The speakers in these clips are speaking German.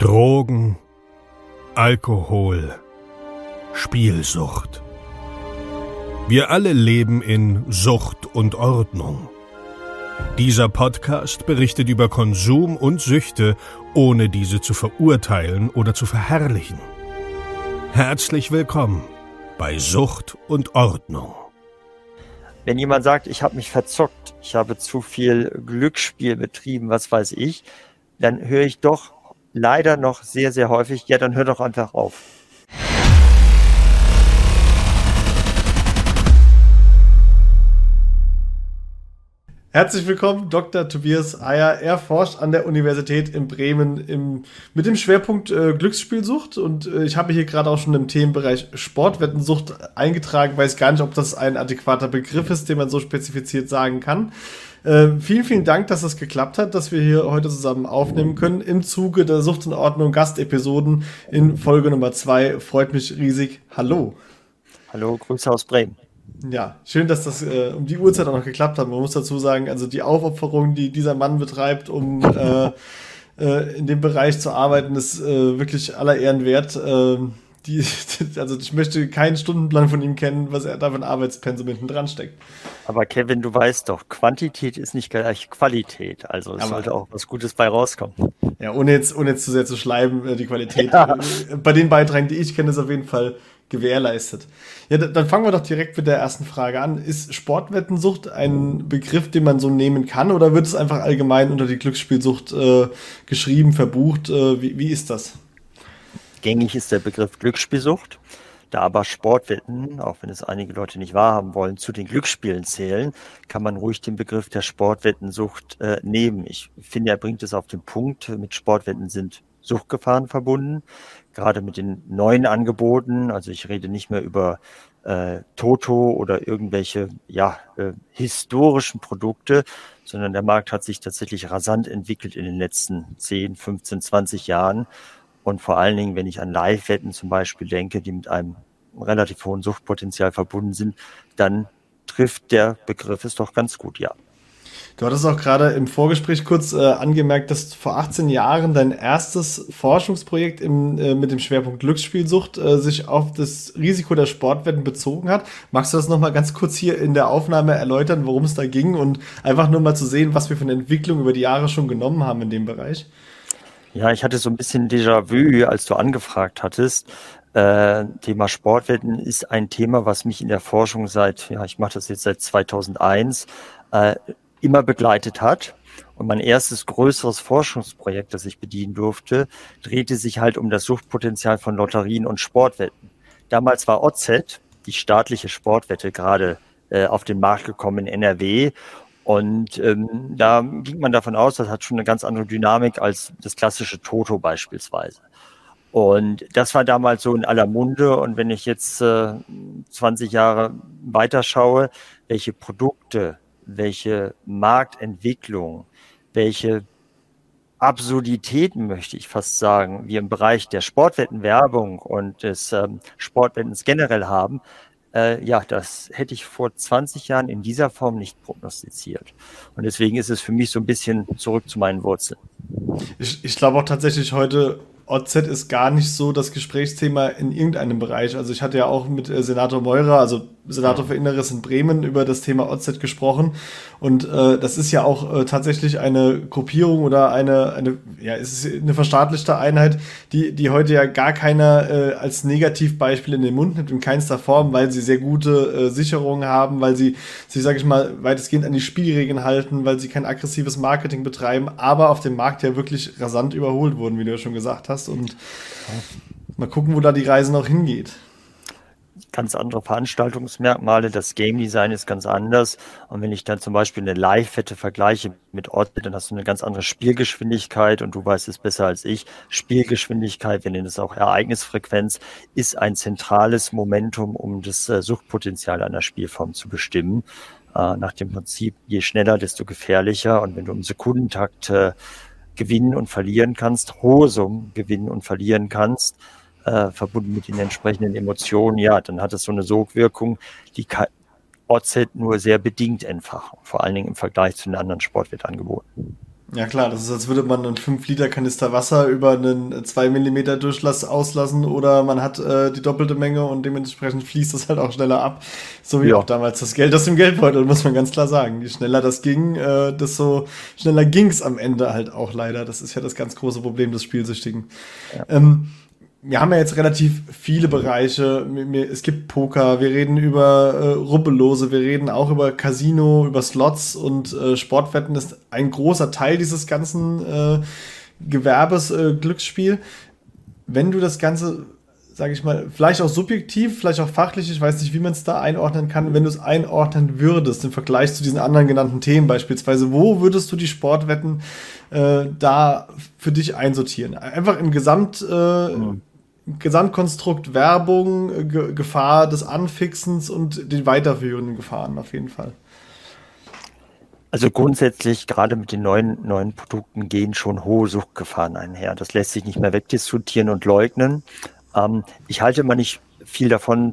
Drogen, Alkohol, Spielsucht. Wir alle leben in Sucht und Ordnung. Dieser Podcast berichtet über Konsum und Süchte, ohne diese zu verurteilen oder zu verherrlichen. Herzlich willkommen bei Sucht und Ordnung. Wenn jemand sagt, ich habe mich verzockt, ich habe zu viel Glücksspiel betrieben, was weiß ich, dann höre ich doch leider noch sehr, sehr häufig, ja, dann hör doch einfach auf. Herzlich willkommen, Dr. Tobias Eyer. Er forscht an der Universität in Bremen mit dem Schwerpunkt Glücksspielsucht. Und ich habe hier gerade auch schon im Themenbereich Sportwettensucht eingetragen. Weiß gar nicht, ob das ein adäquater Begriff ist, den man so spezifiziert sagen kann. Vielen, vielen Dank, dass das geklappt hat, dass wir hier heute zusammen aufnehmen können. Im Zuge der Sucht und Ordnung Gastepisoden in Folge Nummer 2. Freut mich riesig. Hallo. Hallo, Grüße aus Bremen. Ja, schön, dass das um die Uhrzeit auch noch geklappt hat. Man muss dazu sagen, also die Aufopferung, die dieser Mann betreibt, um in dem Bereich zu arbeiten, ist wirklich aller Ehren wert. Also ich möchte keinen Stundenplan von ihm kennen, was er da für ein Arbeitspensum hinten dran steckt. Aber Kevin, du weißt doch, Quantität ist nicht gleich Qualität. Also es sollte auch was Gutes bei rauskommen. Ja, ohne jetzt zu sehr zu schleimen, die Qualität bei den Beiträgen, die ich kenne, ist auf jeden Fall gewährleistet. Ja, dann fangen wir doch direkt mit der ersten Frage an. Ist Sportwettensucht ein Begriff, den man so nehmen kann, oder wird es einfach allgemein unter die Glücksspielsucht geschrieben, verbucht? Wie ist das? Gängig ist der Begriff Glücksspielsucht. Da aber Sportwetten, auch wenn es einige Leute nicht wahrhaben wollen, zu den Glücksspielen zählen, kann man ruhig den Begriff der Sportwettensucht nehmen. Ich finde, er bringt es auf den Punkt. Mit Sportwetten sind Suchtgefahren verbunden, gerade mit den neuen Angeboten. Also ich rede nicht mehr über Toto oder irgendwelche historischen Produkte, sondern der Markt hat sich tatsächlich rasant entwickelt in den letzten 10, 15, 20 Jahren. Und vor allen Dingen, wenn ich an Live-Wetten zum Beispiel denke, die mit einem relativ hohen Suchtpotenzial verbunden sind, dann trifft der Begriff es doch ganz gut, ja. Du hattest auch gerade im Vorgespräch kurz angemerkt, dass vor 18 Jahren dein erstes Forschungsprojekt mit dem Schwerpunkt Glücksspielsucht sich auf das Risiko der Sportwetten bezogen hat. Magst du das nochmal ganz kurz hier in der Aufnahme erläutern, worum es da ging und einfach nur mal zu sehen, was wir für eine Entwicklung über die Jahre schon genommen haben in dem Bereich? Ja, ich hatte so ein bisschen Déjà-vu, als du angefragt hattest. Thema Sportwetten ist ein Thema, was mich in der Forschung ich mache das jetzt seit 2001, immer begleitet hat. Und mein erstes größeres Forschungsprojekt, das ich bedienen durfte, drehte sich halt um das Suchtpotenzial von Lotterien und Sportwetten. Damals war OZ, die staatliche Sportwette, gerade auf den Markt gekommen in NRW. Und da ging man davon aus, das hat schon eine ganz andere Dynamik als das klassische Toto beispielsweise. Und das war damals so in aller Munde. Und wenn ich jetzt 20 Jahre weiterschaue, welche Produkte, welche Marktentwicklung, welche Absurditäten, möchte ich fast sagen, wir im Bereich der Sportwettenwerbung und des Sportwettens generell haben, das hätte ich vor 20 Jahren in dieser Form nicht prognostiziert. Und deswegen ist es für mich so ein bisschen zurück zu meinen Wurzeln. Ich glaube auch tatsächlich heute, OZ ist gar nicht so das Gesprächsthema in irgendeinem Bereich. Also ich hatte ja auch mit Senator Meurer, also Senator für Inneres in Bremen, über das Thema OZ gesprochen. Und das ist ja auch tatsächlich eine Gruppierung oder es ist eine verstaatlichte Einheit, die heute ja gar keiner als Negativbeispiel in den Mund nimmt, in keinster Form, weil sie sehr gute Sicherungen haben, weil sie sich, sage ich mal, weitestgehend an die Spielregeln halten, weil sie kein aggressives Marketing betreiben, aber auf dem Markt ja wirklich rasant überholt wurden, wie du ja schon gesagt hast. Und mal gucken, wo da die Reise noch hingeht. Ganz andere Veranstaltungsmerkmale, das Game Design ist ganz anders. Und wenn ich dann zum Beispiel eine Live-Wette vergleiche mit OZ, dann hast du eine ganz andere Spielgeschwindigkeit, und du weißt es besser als ich. Spielgeschwindigkeit, wir nennen es auch Ereignisfrequenz, ist ein zentrales Momentum, um das Suchtpotenzial einer Spielform zu bestimmen. Nach dem Prinzip, je schneller, desto gefährlicher. Und wenn du im Sekundentakt gewinnen und verlieren kannst, hohe Summen gewinnen und verlieren kannst, verbunden mit den entsprechenden Emotionen, ja, dann hat es so eine Sogwirkung, die kann OZ nur sehr bedingt entfachen, vor allen Dingen im Vergleich zu den anderen Sportwettangeboten. Ja klar, das ist, als würde man einen 5-Liter-Kanister Wasser über einen 2 Millimeter Durchlass auslassen oder man hat die doppelte Menge und dementsprechend fließt das halt auch schneller ab. So wie auch damals das Geld aus dem Geldbeutel, muss man ganz klar sagen. Je schneller das ging, desto schneller ging's am Ende halt auch leider. Das ist ja das ganz große Problem des Spielsüchtigen. Ja. Wir haben ja jetzt relativ viele Bereiche. Es gibt Poker, wir reden über Rubbellose, wir reden auch über Casino, über Slots und Sportwetten ist ein großer Teil dieses ganzen Gewerbes, Glücksspiel. Wenn du das Ganze, sage ich mal, vielleicht auch subjektiv, vielleicht auch fachlich, ich weiß nicht, wie man es da einordnen kann, wenn du es einordnen würdest im Vergleich zu diesen anderen genannten Themen beispielsweise, wo würdest du die Sportwetten da für dich einsortieren? Einfach im Gesamtkonstrukt Werbung, Gefahr des Anfixens und den weiterführenden Gefahren auf jeden Fall. Also grundsätzlich, gerade mit den neuen Produkten gehen schon hohe Suchtgefahren einher. Das lässt sich nicht mehr wegdiskutieren und leugnen. Ich halte immer nicht viel davon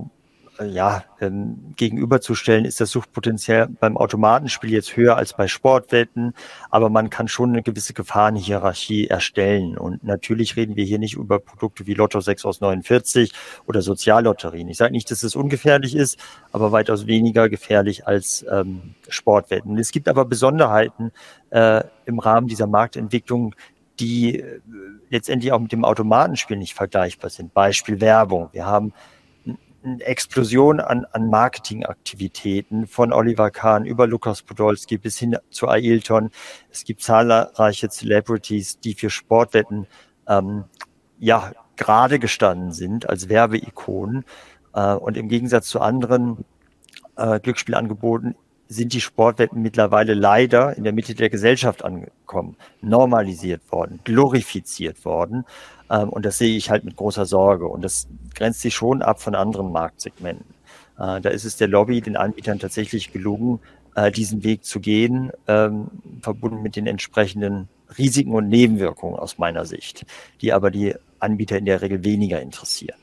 gegenüberzustellen, ist das Suchtpotenzial beim Automatenspiel jetzt höher als bei Sportwetten, aber man kann schon eine gewisse Gefahrenhierarchie erstellen. Und natürlich reden wir hier nicht über Produkte wie Lotto 6 aus 49 oder Soziallotterien. Ich sage nicht, dass es ungefährlich ist, aber weitaus weniger gefährlich als Sportwetten. Es gibt aber Besonderheiten im Rahmen dieser Marktentwicklung, die letztendlich auch mit dem Automatenspiel nicht vergleichbar sind. Beispiel Werbung. Wir haben eine Explosion an Marketingaktivitäten von Oliver Kahn über Lukas Podolski bis hin zu Ailton. Es gibt zahlreiche Celebrities, die für Sportwetten gerade gestanden sind als Werbeikonen. Und im Gegensatz zu anderen Glücksspielangeboten sind die Sportwetten mittlerweile leider in der Mitte der Gesellschaft angekommen, normalisiert worden, glorifiziert worden. Und das sehe ich halt mit großer Sorge. Und das grenzt sich schon ab von anderen Marktsegmenten. Da ist es der Lobby, den Anbietern tatsächlich gelungen, diesen Weg zu gehen, verbunden mit den entsprechenden Risiken und Nebenwirkungen aus meiner Sicht, die aber die Anbieter in der Regel weniger interessieren.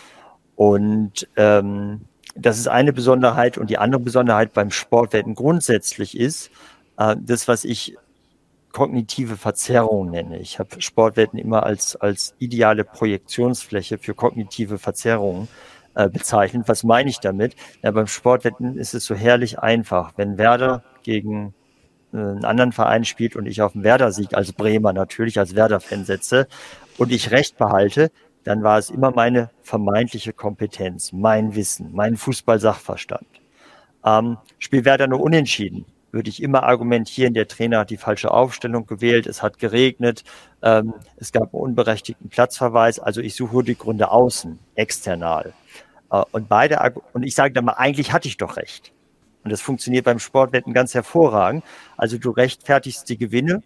Und das ist eine Besonderheit. Und die andere Besonderheit beim Sportwetten grundsätzlich ist, das, was ich kognitive Verzerrung nenne. Ich habe Sportwetten immer als ideale Projektionsfläche für kognitive Verzerrungen bezeichnet. Was meine ich damit? Ja, beim Sportwetten ist es so herrlich einfach. Wenn Werder gegen einen anderen Verein spielt und ich auf den Werder-Sieg als Bremer natürlich, als Werder-Fan setze und ich Recht behalte, dann war es immer meine vermeintliche Kompetenz, mein Wissen, mein Fußball-Sachverstand. Spielt Werder nur unentschieden, würde ich immer argumentieren, der Trainer hat die falsche Aufstellung gewählt, es hat geregnet, es gab einen unberechtigten Platzverweis, also ich suche die Gründe außen, external. Und ich sage dann mal, eigentlich hatte ich doch recht. Und das funktioniert beim Sportwetten ganz hervorragend. Also du rechtfertigst die Gewinne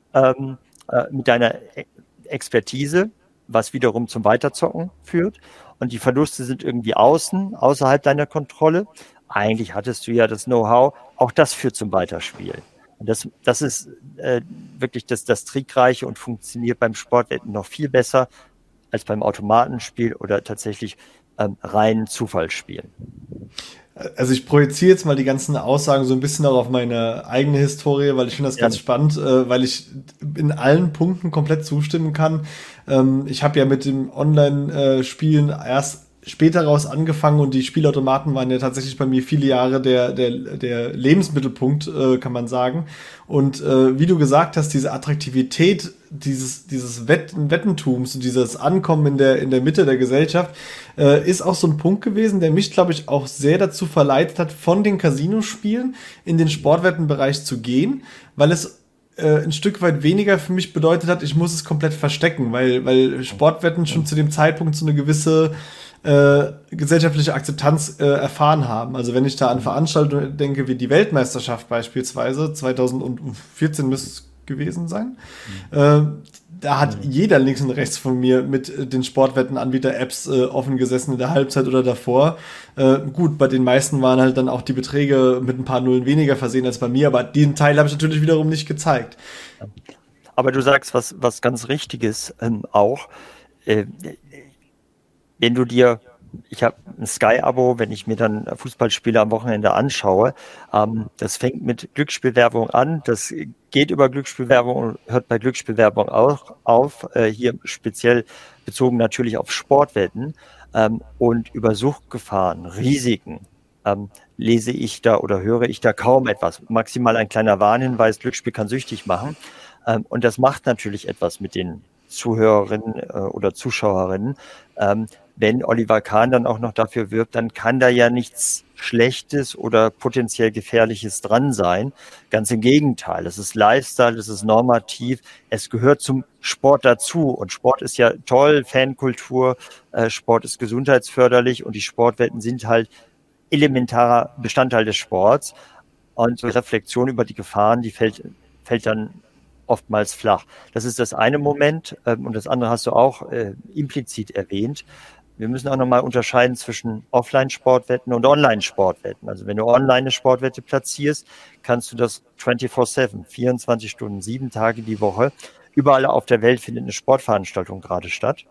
mit deiner Expertise, was wiederum zum Weiterzocken führt. Und die Verluste sind irgendwie außerhalb deiner Kontrolle. Eigentlich hattest du ja das Know-how, auch das führt zum Weiterspielen. Und das ist wirklich das Trickreiche und funktioniert beim Sportwetten noch viel besser als beim Automatenspiel oder tatsächlich rein Zufallsspielen. Also ich projiziere jetzt mal die ganzen Aussagen so ein bisschen auch auf meine eigene Historie, weil ich finde das ganz spannend, weil ich in allen Punkten komplett zustimmen kann. Ich habe ja mit dem Online-Spielen erst später raus angefangen und die Spielautomaten waren ja tatsächlich bei mir viele Jahre der Lebensmittelpunkt, kann man sagen. Und wie du gesagt hast, diese Attraktivität dieses Wettentums und dieses Ankommen in der Mitte der Gesellschaft ist auch so ein Punkt gewesen, der mich, glaube ich, auch sehr dazu verleitet hat, von den Casinospielen in den Sportwettenbereich zu gehen, weil es ein Stück weit weniger für mich bedeutet hat, ich muss es komplett verstecken, weil Sportwetten schon zu dem Zeitpunkt so eine gewisse gesellschaftliche Akzeptanz erfahren haben. Also wenn ich da an Veranstaltungen denke, wie die Weltmeisterschaft beispielsweise, 2014 müsste es gewesen sein, da hat jeder links und rechts von mir mit den Sportwettenanbieter-Apps offen gesessen in der Halbzeit oder davor. Gut, bei den meisten waren halt dann auch die Beträge mit ein paar Nullen weniger versehen als bei mir, aber den Teil habe ich natürlich wiederum nicht gezeigt. Aber du sagst was ganz Richtiges auch. Wenn du dir ich habe ein Sky-Abo, wenn ich mir dann Fußballspiele am Wochenende anschaue. Das fängt mit Glücksspielwerbung an, das geht über Glücksspielwerbung und hört bei Glücksspielwerbung auch auf, hier speziell bezogen natürlich auf Sportwetten, und über Suchtgefahren, Risiken. Lese ich da oder höre ich da kaum etwas. Maximal ein kleiner Warnhinweis, Glücksspiel kann süchtig machen. Und das macht natürlich etwas mit den Zuhörerinnen oder Zuschauerinnen. Wenn Oliver Kahn dann auch noch dafür wirbt, dann kann da ja nichts Schlechtes oder potenziell Gefährliches dran sein. Ganz im Gegenteil. Es ist Lifestyle, es ist normativ, es gehört zum Sport dazu. Und Sport ist ja toll, Fankultur, Sport ist gesundheitsförderlich und die Sportwetten sind halt elementarer Bestandteil des Sports. Und so Reflexion über die Gefahren, die fällt dann oftmals flach. Das ist das eine Moment, und das andere hast du auch implizit erwähnt. Wir müssen auch nochmal unterscheiden zwischen Offline-Sportwetten und Online-Sportwetten. Also wenn du online eine Sportwette platzierst, kannst du das 24/7, 24 Stunden, 7 Tage die Woche. Überall auf der Welt findet eine Sportveranstaltung gerade statt.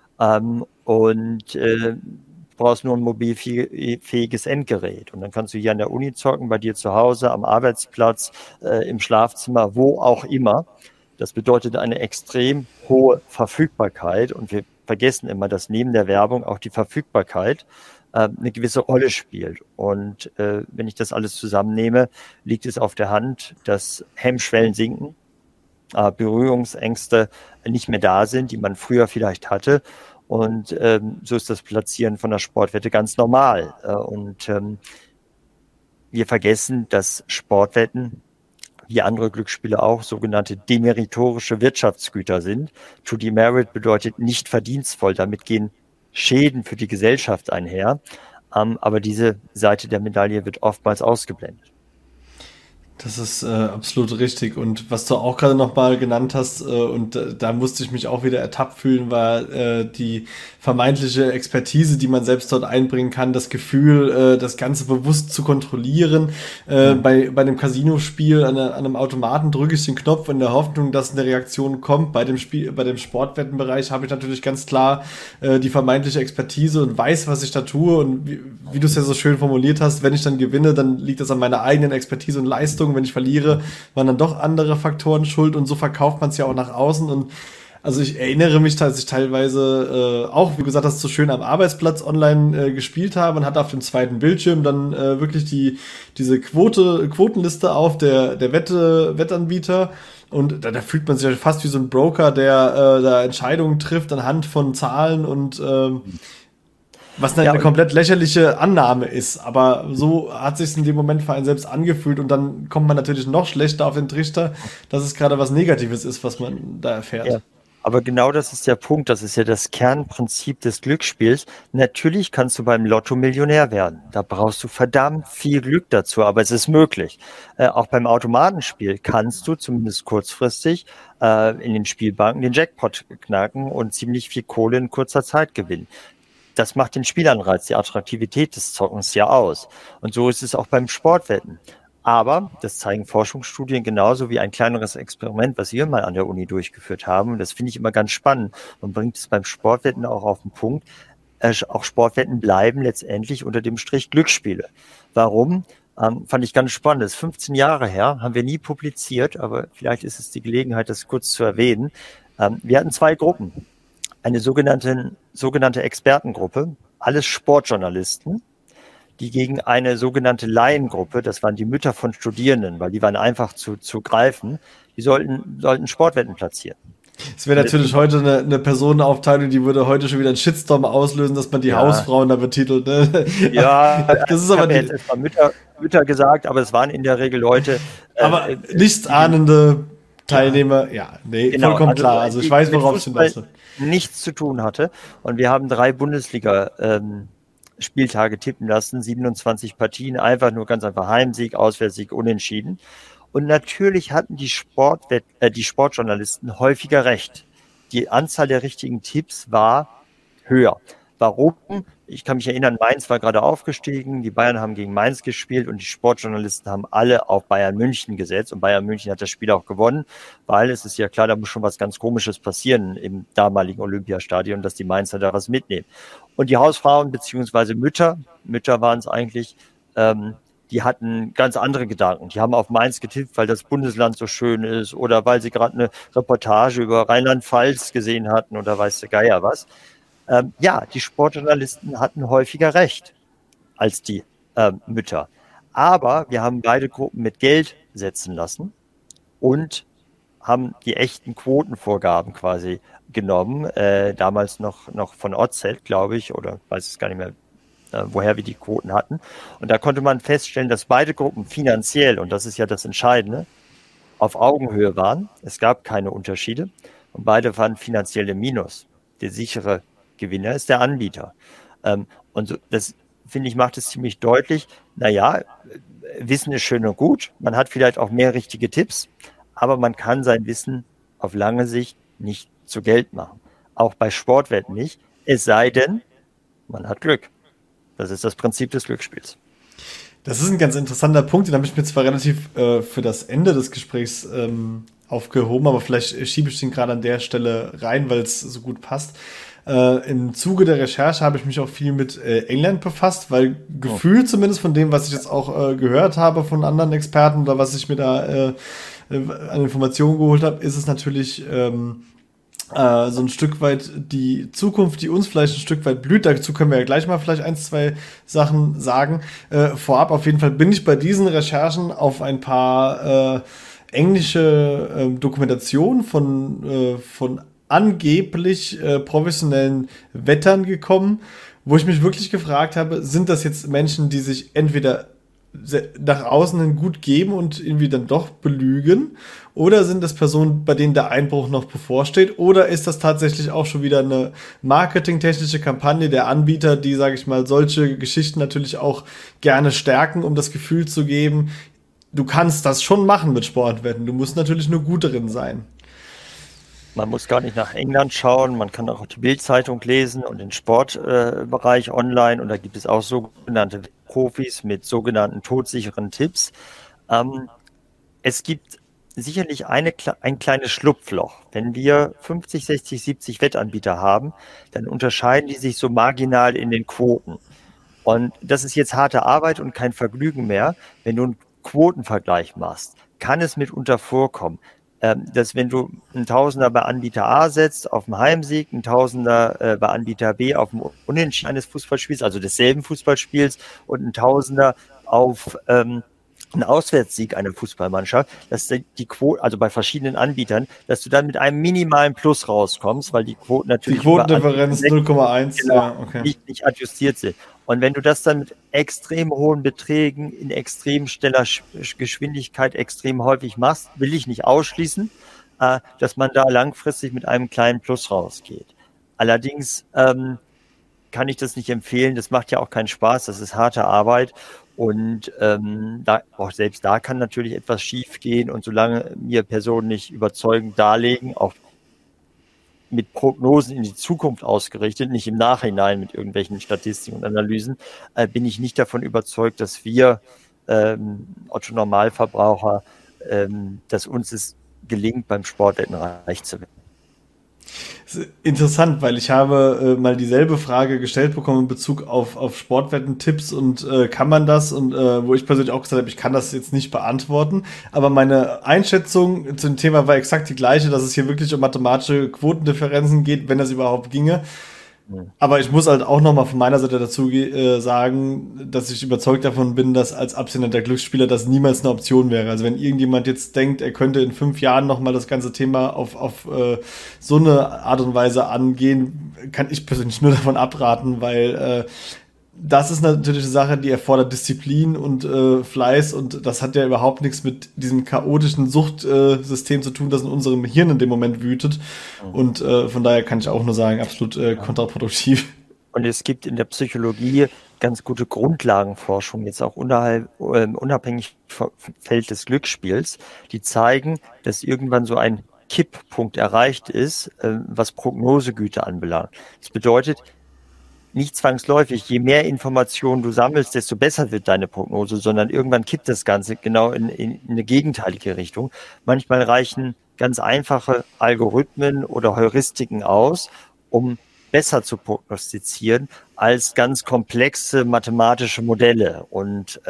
Du brauchst nur ein mobilfähiges Endgerät. Und dann kannst du hier an der Uni zocken, bei dir zu Hause, am Arbeitsplatz, im Schlafzimmer, wo auch immer. Das bedeutet eine extrem hohe Verfügbarkeit. Und wir vergessen immer, dass neben der Werbung auch die Verfügbarkeit eine gewisse Rolle spielt. Und wenn ich das alles zusammennehme, liegt es auf der Hand, dass Hemmschwellen sinken, Berührungsängste nicht mehr da sind, die man früher vielleicht hatte. Und so ist das Platzieren von der Sportwette ganz normal. Wir vergessen, dass Sportwetten, wie andere Glücksspiele auch, sogenannte demeritorische Wirtschaftsgüter sind. To demerit bedeutet nicht verdienstvoll. Damit gehen Schäden für die Gesellschaft einher. Aber diese Seite der Medaille wird oftmals ausgeblendet. Das ist absolut richtig. Und was du auch gerade noch mal genannt hast, und da musste ich mich auch wieder ertappt fühlen, war die vermeintliche Expertise, die man selbst dort einbringen kann, das Gefühl, das Ganze bewusst zu kontrollieren. Bei dem Casino-Spiel an einem Automaten drücke ich den Knopf in der Hoffnung, dass eine Reaktion kommt. Bei dem Sportwettenbereich habe ich natürlich ganz klar die vermeintliche Expertise und weiß, was ich da tue. Und wie du es ja so schön formuliert hast, wenn ich dann gewinne, dann liegt das an meiner eigenen Expertise und Leistung. Wenn ich verliere, waren dann doch andere Faktoren schuld und so verkauft man es ja auch nach außen. Und also ich erinnere mich, dass ich teilweise auch, wie du gesagt hast, so schön am Arbeitsplatz online gespielt habe und hatte auf dem zweiten Bildschirm dann wirklich diese Quotenliste auf der Wettanbieter. Und da fühlt man sich ja fast wie so ein Broker, der da Entscheidungen trifft anhand von Zahlen und was eine komplett lächerliche Annahme ist. Aber so hat sich in dem Moment für einen selbst angefühlt und dann kommt man natürlich noch schlechter auf den Trichter, dass es gerade was Negatives ist, was man da erfährt. Ja. Aber genau das ist der Punkt, das ist ja das Kernprinzip des Glücksspiels. Natürlich kannst du beim Lotto Millionär werden. Da brauchst du verdammt viel Glück dazu, aber es ist möglich. Auch beim Automatenspiel kannst du zumindest kurzfristig in den Spielbanken den Jackpot knacken und ziemlich viel Kohle in kurzer Zeit gewinnen. Das macht den Spielanreiz, die Attraktivität des Zockens ja aus. Und so ist es auch beim Sportwetten. Aber, das zeigen Forschungsstudien genauso wie ein kleineres Experiment, was wir mal an der Uni durchgeführt haben. Und das finde ich immer ganz spannend und bringt es beim Sportwetten auch auf den Punkt. Auch Sportwetten bleiben letztendlich unter dem Strich Glücksspiele. Warum? Fand ich ganz spannend. Das ist 15 Jahre her, haben wir nie publiziert, aber vielleicht ist es die Gelegenheit, das kurz zu erwähnen. Wir hatten 2 Gruppen. Eine sogenannte Expertengruppe, alles Sportjournalisten, die gegen eine sogenannte Laiengruppe, das waren die Mütter von Studierenden, weil die waren einfach zu greifen, die sollten Sportwetten platzieren. Es wäre natürlich heute eine Personenaufteilung, die würde heute schon wieder einen Shitstorm auslösen, dass man die Hausfrauen da betitelt. Ne? Ja, das ist aber jetzt erstmal Mütter gesagt, aber es waren in der Regel Leute. Aber nichtsahnende Teilnehmer, genau, vollkommen klar. Also ich weiß, worauf es hinaus will. Nichts zu tun hatte. Und wir haben 3 Bundesliga-Spieltage tippen lassen, 27 Partien, ganz einfach Heimsieg, Auswärtssieg, Unentschieden. Und natürlich hatten die Sportjournalisten häufiger recht. Die Anzahl der richtigen Tipps war höher. Warum? Ich kann mich erinnern, Mainz war gerade aufgestiegen, die Bayern haben gegen Mainz gespielt und die Sportjournalisten haben alle auf Bayern München gesetzt und Bayern München hat das Spiel auch gewonnen, weil es ist ja klar, da muss schon was ganz Komisches passieren im damaligen Olympiastadion, dass die Mainzer da was mitnehmen. Und die Hausfrauen beziehungsweise Mütter waren es eigentlich, die hatten ganz andere Gedanken. Die haben auf Mainz getippt, weil das Bundesland so schön ist oder weil sie gerade eine Reportage über Rheinland-Pfalz gesehen hatten oder weiß der Geier was. Ja, die Sportjournalisten hatten häufiger recht als die Mütter. Aber wir haben beide Gruppen mit Geld setzen lassen und haben die echten Quotenvorgaben quasi genommen. Damals noch von OZ, glaube ich, oder weiß es gar nicht mehr, woher wir die Quoten hatten. Und da konnte man feststellen, dass beide Gruppen finanziell, und das ist ja das Entscheidende, auf Augenhöhe waren. Es gab keine Unterschiede und beide waren finanziell im Minus. Der sichere Gewinner ist der Anbieter. Und so, das, finde ich, macht es ziemlich deutlich, naja, Wissen ist schön und gut, man hat vielleicht auch mehr richtige Tipps, aber man kann sein Wissen auf lange Sicht nicht zu Geld machen. Auch bei Sportwetten nicht, es sei denn, man hat Glück. Das ist das Prinzip des Glücksspiels. Das ist ein ganz interessanter Punkt, den habe ich mir zwar relativ für das Ende des Gesprächs aufgehoben, aber vielleicht schiebe ich den gerade an der Stelle rein, weil es so gut passt. Im Zuge der Recherche habe ich mich auch viel mit England befasst, weil gefühlt zumindest von dem, was ich jetzt auch gehört habe von anderen Experten oder was ich mir da an Informationen geholt habe, ist es natürlich so ein Stück weit die Zukunft, die uns vielleicht ein Stück weit blüht. Dazu können wir ja gleich mal vielleicht 1, 2 Sachen sagen. Vorab auf jeden Fall bin ich bei diesen Recherchen auf ein paar englische Dokumentationen von angeblich professionellen Wettern gekommen, wo ich mich wirklich gefragt habe, sind das jetzt Menschen, die sich entweder nach außen hin gut geben und irgendwie dann doch belügen, oder sind das Personen, bei denen der Einbruch noch bevorsteht, oder ist das tatsächlich auch schon wieder eine marketingtechnische Kampagne der Anbieter, die, sage ich mal, solche Geschichten natürlich auch gerne stärken, um das Gefühl zu geben, du kannst das schon machen mit Sportwetten, du musst natürlich nur gut darin sein. Man muss gar nicht nach England schauen, man kann auch die Bild-Zeitung lesen und den Sportbereich online und da gibt es auch sogenannte Profis mit sogenannten todsicheren Tipps. Es gibt sicherlich ein kleines Schlupfloch. Wenn wir 50, 60, 70 Wettanbieter haben, dann unterscheiden die sich so marginal in den Quoten. Und das ist jetzt harte Arbeit und kein Vergnügen mehr. Wenn du einen Quotenvergleich machst, kann es mitunter vorkommen, dass wenn du einen Tausender bei Anbieter A setzt auf den Heimsieg, einen Tausender bei Anbieter B auf dem Unentschieden eines Fußballspiels, also desselben Fußballspiels, und einen Tausender auf einen Auswärtssieg einer Fußballmannschaft, dass die Quote, also bei verschiedenen Anbietern, dass du dann mit einem minimalen Plus rauskommst, weil die Quoten natürlich... Die Quotendifferenz 0,1, genau, ja, okay. nicht adjustiert sind. Und wenn du das dann mit extrem hohen Beträgen in extrem schneller Geschwindigkeit extrem häufig machst, will ich nicht ausschließen, dass man da langfristig mit einem kleinen Plus rausgeht. Allerdings kann ich das nicht empfehlen. Das macht ja auch keinen Spaß. Das ist harte Arbeit. Und auch selbst da kann natürlich etwas schief gehen. Und solange mir Personen nicht überzeugend darlegen, auch mit Prognosen in die Zukunft ausgerichtet, nicht im Nachhinein mit irgendwelchen Statistiken und Analysen, bin ich nicht davon überzeugt, dass wir Otto Normalverbraucher, dass uns es gelingt, beim Sportwetten reich zu werden. Interessant, weil ich habe mal dieselbe Frage gestellt bekommen in Bezug auf Sportwetten-Tipps und kann man das? Und wo ich persönlich auch gesagt habe, ich kann das jetzt nicht beantworten. Aber meine Einschätzung zu dem Thema war exakt die gleiche, dass es hier wirklich um mathematische Quotendifferenzen geht, wenn das überhaupt ginge. Aber ich muss halt auch nochmal von meiner Seite dazu sagen, dass ich überzeugt davon bin, dass als abstinenter Glücksspieler das niemals eine Option wäre. Also wenn irgendjemand jetzt denkt, er könnte in 5 Jahren nochmal das ganze Thema auf so eine Art und Weise angehen, kann ich persönlich nur davon abraten, weil das ist natürlich eine Sache, die erfordert Disziplin und Fleiß, und das hat ja überhaupt nichts mit diesem chaotischen Suchtsystem zu tun, das in unserem Hirn in dem Moment wütet. Und von daher kann ich auch nur sagen, absolut kontraproduktiv. Und es gibt in der Psychologie ganz gute Grundlagenforschung, jetzt auch unabhängig vom Feld des Glücksspiels, die zeigen, dass irgendwann so ein Kipppunkt erreicht ist, was Prognosegüte anbelangt. Das bedeutet, nicht zwangsläufig, je mehr Informationen du sammelst, desto besser wird deine Prognose, sondern irgendwann kippt das Ganze genau in eine gegenteilige Richtung. Manchmal reichen ganz einfache Algorithmen oder Heuristiken aus, um besser zu prognostizieren als ganz komplexe mathematische Modelle. Und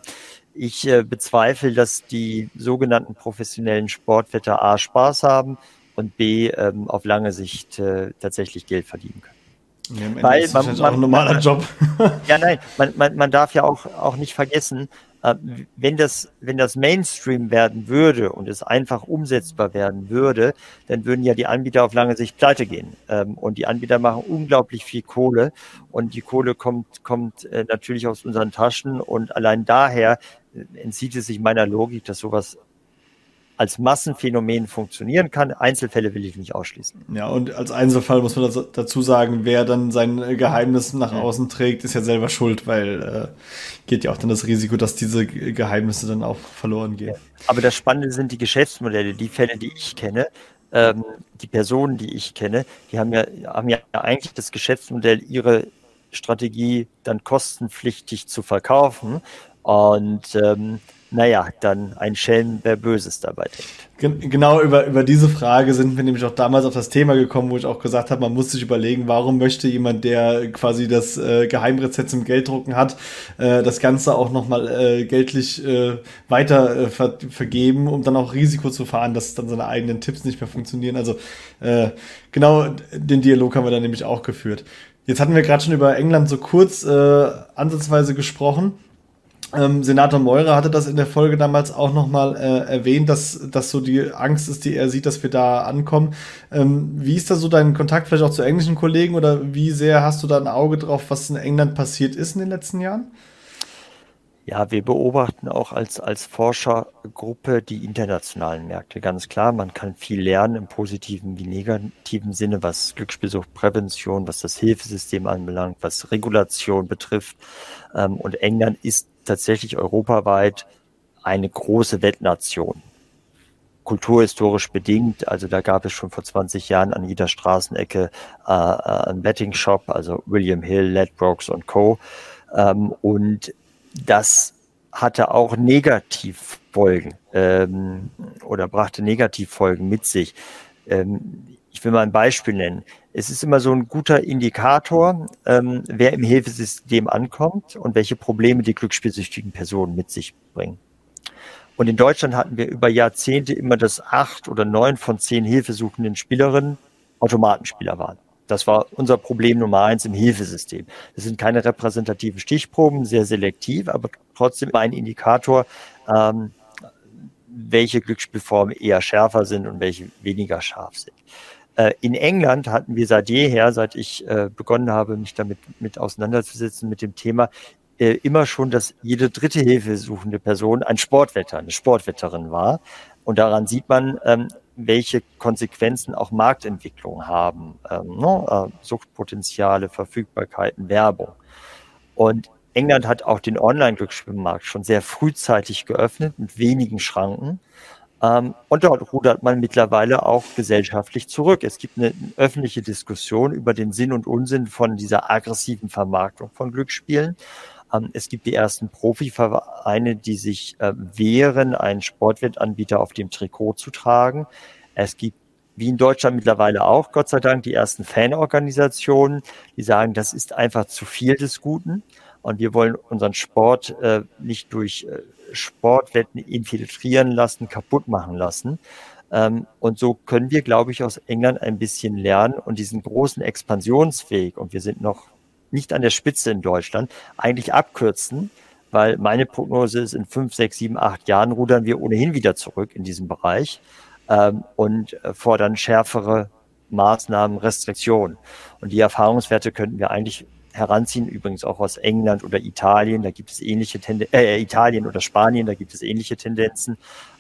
ich bezweifle, dass die sogenannten professionellen Sportwetter A Spaß haben und B auf lange Sicht tatsächlich Geld verdienen können. Ja, am Ende ist das auch ein normaler Job. Ja, nein, man darf ja auch nicht vergessen, wenn das Mainstream werden würde und es einfach umsetzbar werden würde, dann würden ja die Anbieter auf lange Sicht pleite gehen. Und die Anbieter machen unglaublich viel Kohle und die Kohle kommt natürlich aus unseren Taschen und allein daher entzieht es sich meiner Logik, dass sowas als Massenphänomen funktionieren kann. Einzelfälle will ich nicht ausschließen. Ja, und als Einzelfall muss man dazu sagen, wer dann sein Geheimnis nach außen trägt, ist ja selber schuld, weil geht ja auch dann das Risiko, dass diese Geheimnisse dann auch verloren gehen. Aber das Spannende sind die Geschäftsmodelle, die Fälle, die ich kenne, die Personen, die ich kenne, die haben ja eigentlich das Geschäftsmodell, ihre Strategie dann kostenpflichtig zu verkaufen und dann ein Schelm, wer Böses dabei denkt. Genau über diese Frage sind wir nämlich auch damals auf das Thema gekommen, wo ich auch gesagt habe, man muss sich überlegen, warum möchte jemand, der quasi das Geheimrezept zum Gelddrucken hat, das Ganze auch nochmal geldlich weiter vergeben, um dann auch Risiko zu fahren, dass dann seine eigenen Tipps nicht mehr funktionieren. Also genau den Dialog haben wir dann nämlich auch geführt. Jetzt hatten wir gerade schon über England so kurz ansatzweise gesprochen. Senator Meurer hatte das in der Folge damals auch nochmal erwähnt, dass so die Angst ist, die er sieht, dass wir da ankommen. Wie ist da so dein Kontakt vielleicht auch zu englischen Kollegen oder wie sehr hast du da ein Auge drauf, was in England passiert ist in den letzten Jahren? Ja, wir beobachten auch als Forschergruppe die internationalen Märkte. Ganz klar, man kann viel lernen im positiven wie negativen Sinne, was Glücksspielsuchtprävention, was das Hilfesystem anbelangt, was Regulation betrifft. Und England ist tatsächlich europaweit eine große Wettnation. Kulturhistorisch bedingt, also da gab es schon vor 20 Jahren an jeder Straßenecke einen Betting-Shop, also William Hill, Ladbrokes und Co. Und das hatte auch Negativfolgen oder brachte Negativfolgen mit sich. Ich will mal ein Beispiel nennen. Es ist immer so ein guter Indikator, wer im Hilfesystem ankommt und welche Probleme die glücksspielsüchtigen Personen mit sich bringen. Und in Deutschland hatten wir über Jahrzehnte immer, dass 8 oder 9 von 10 hilfesuchenden Spielerinnen Automatenspieler waren. Das war unser Problem Nummer 1 im Hilfesystem. Das sind keine repräsentativen Stichproben, sehr selektiv, aber trotzdem ein Indikator, welche Glücksspielformen eher schärfer sind und welche weniger scharf sind. In England hatten wir seit jeher, seit ich begonnen habe, mich damit auseinanderzusetzen mit dem Thema, immer schon, dass jede dritte hilfesuchende Person ein Sportwetter, eine Sportwetterin war. Und daran sieht man, welche Konsequenzen auch Marktentwicklung haben, Suchtpotenziale, Verfügbarkeiten, Werbung. Und England hat auch den Online-Glücksspielmarkt schon sehr frühzeitig geöffnet mit wenigen Schranken. Und dort rudert man mittlerweile auch gesellschaftlich zurück. Es gibt eine öffentliche Diskussion über den Sinn und Unsinn von dieser aggressiven Vermarktung von Glücksspielen. Es gibt die ersten Profivereine, die sich wehren, einen Sportwettanbieter auf dem Trikot zu tragen. Es gibt, wie in Deutschland mittlerweile auch, Gott sei Dank, die ersten Fanorganisationen, die sagen, das ist einfach zu viel des Guten. Und wir wollen unseren Sport nicht durch Sportwetten infiltrieren lassen, kaputt machen lassen. Und so können wir, glaube ich, aus England ein bisschen lernen und diesen großen Expansionsweg, und wir sind noch nicht an der Spitze in Deutschland, eigentlich abkürzen, weil meine Prognose ist, in 5, 6, 7, 8 Jahren rudern wir ohnehin wieder zurück in diesem Bereich und fordern schärfere Maßnahmen, Restriktionen. Und die Erfahrungswerte könnten wir eigentlich heranziehen, übrigens auch aus England oder Italien, da gibt es ähnliche Italien oder Spanien, da gibt es ähnliche Tendenzen.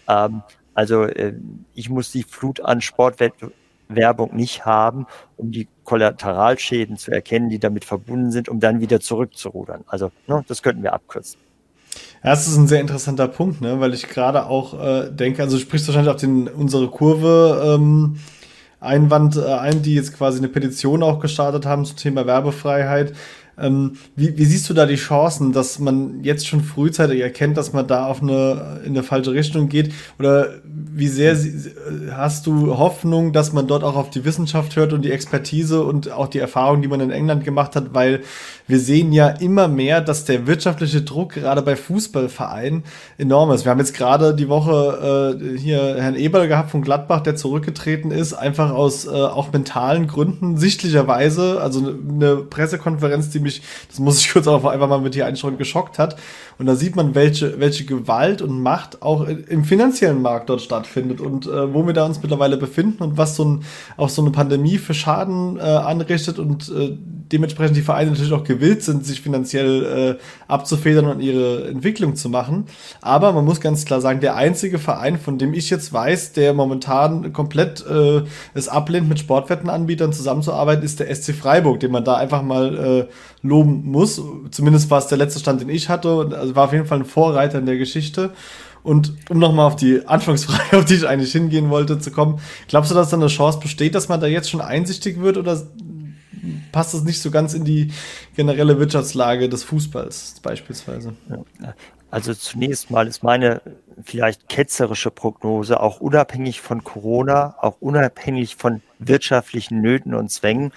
Ich muss die Flut an Sportwerbung nicht haben, um die Kollateralschäden zu erkennen, die damit verbunden sind, um dann wieder zurückzurudern. Also, das könnten wir abkürzen. Ja, das ist ein sehr interessanter Punkt, ne? Weil ich gerade auch denke, also du sprichst wahrscheinlich auf unsere Kurve Einwand ein, die jetzt quasi eine Petition auch gestartet haben zum Thema Werbefreiheit. Wie siehst du da die Chancen, dass man jetzt schon frühzeitig erkennt, dass man da in eine falsche Richtung geht? Oder wie sehr hast du Hoffnung, dass man dort auch auf die Wissenschaft hört und die Expertise und auch die Erfahrung, die man in England gemacht hat? Weil wir sehen ja immer mehr, dass der wirtschaftliche Druck gerade bei Fußballvereinen enorm ist. Wir haben jetzt gerade die Woche hier Herrn Eberl gehabt von Gladbach, der zurückgetreten ist, einfach aus auch mentalen Gründen, sichtlicherweise. Also eine Pressekonferenz, das muss ich kurz auch einfach mal mit hier einstreuen, geschockt hat. Und da sieht man, welche Gewalt und Macht auch im finanziellen Markt dort stattfindet und wo wir da uns mittlerweile befinden und was auch so eine Pandemie für Schaden anrichtet und dementsprechend die Vereine natürlich auch gewillt sind, sich finanziell abzufedern und ihre Entwicklung zu machen. Aber man muss ganz klar sagen, der einzige Verein, von dem ich jetzt weiß, der momentan komplett es ablehnt, mit Sportwettenanbietern zusammenzuarbeiten, ist der SC Freiburg, den man da einfach mal loben muss. Zumindest war es der letzte Stand, den ich hatte. Und also war auf jeden Fall ein Vorreiter in der Geschichte. Und um nochmal auf die Anfangsfrage, auf die ich eigentlich hingehen wollte, zu kommen, glaubst du, dass da eine Chance besteht, dass man da jetzt schon einsichtig wird, oder passt das nicht so ganz in die generelle Wirtschaftslage des Fußballs beispielsweise? Also zunächst mal ist meine vielleicht ketzerische Prognose, auch unabhängig von Corona, auch unabhängig von wirtschaftlichen Nöten und Zwängen,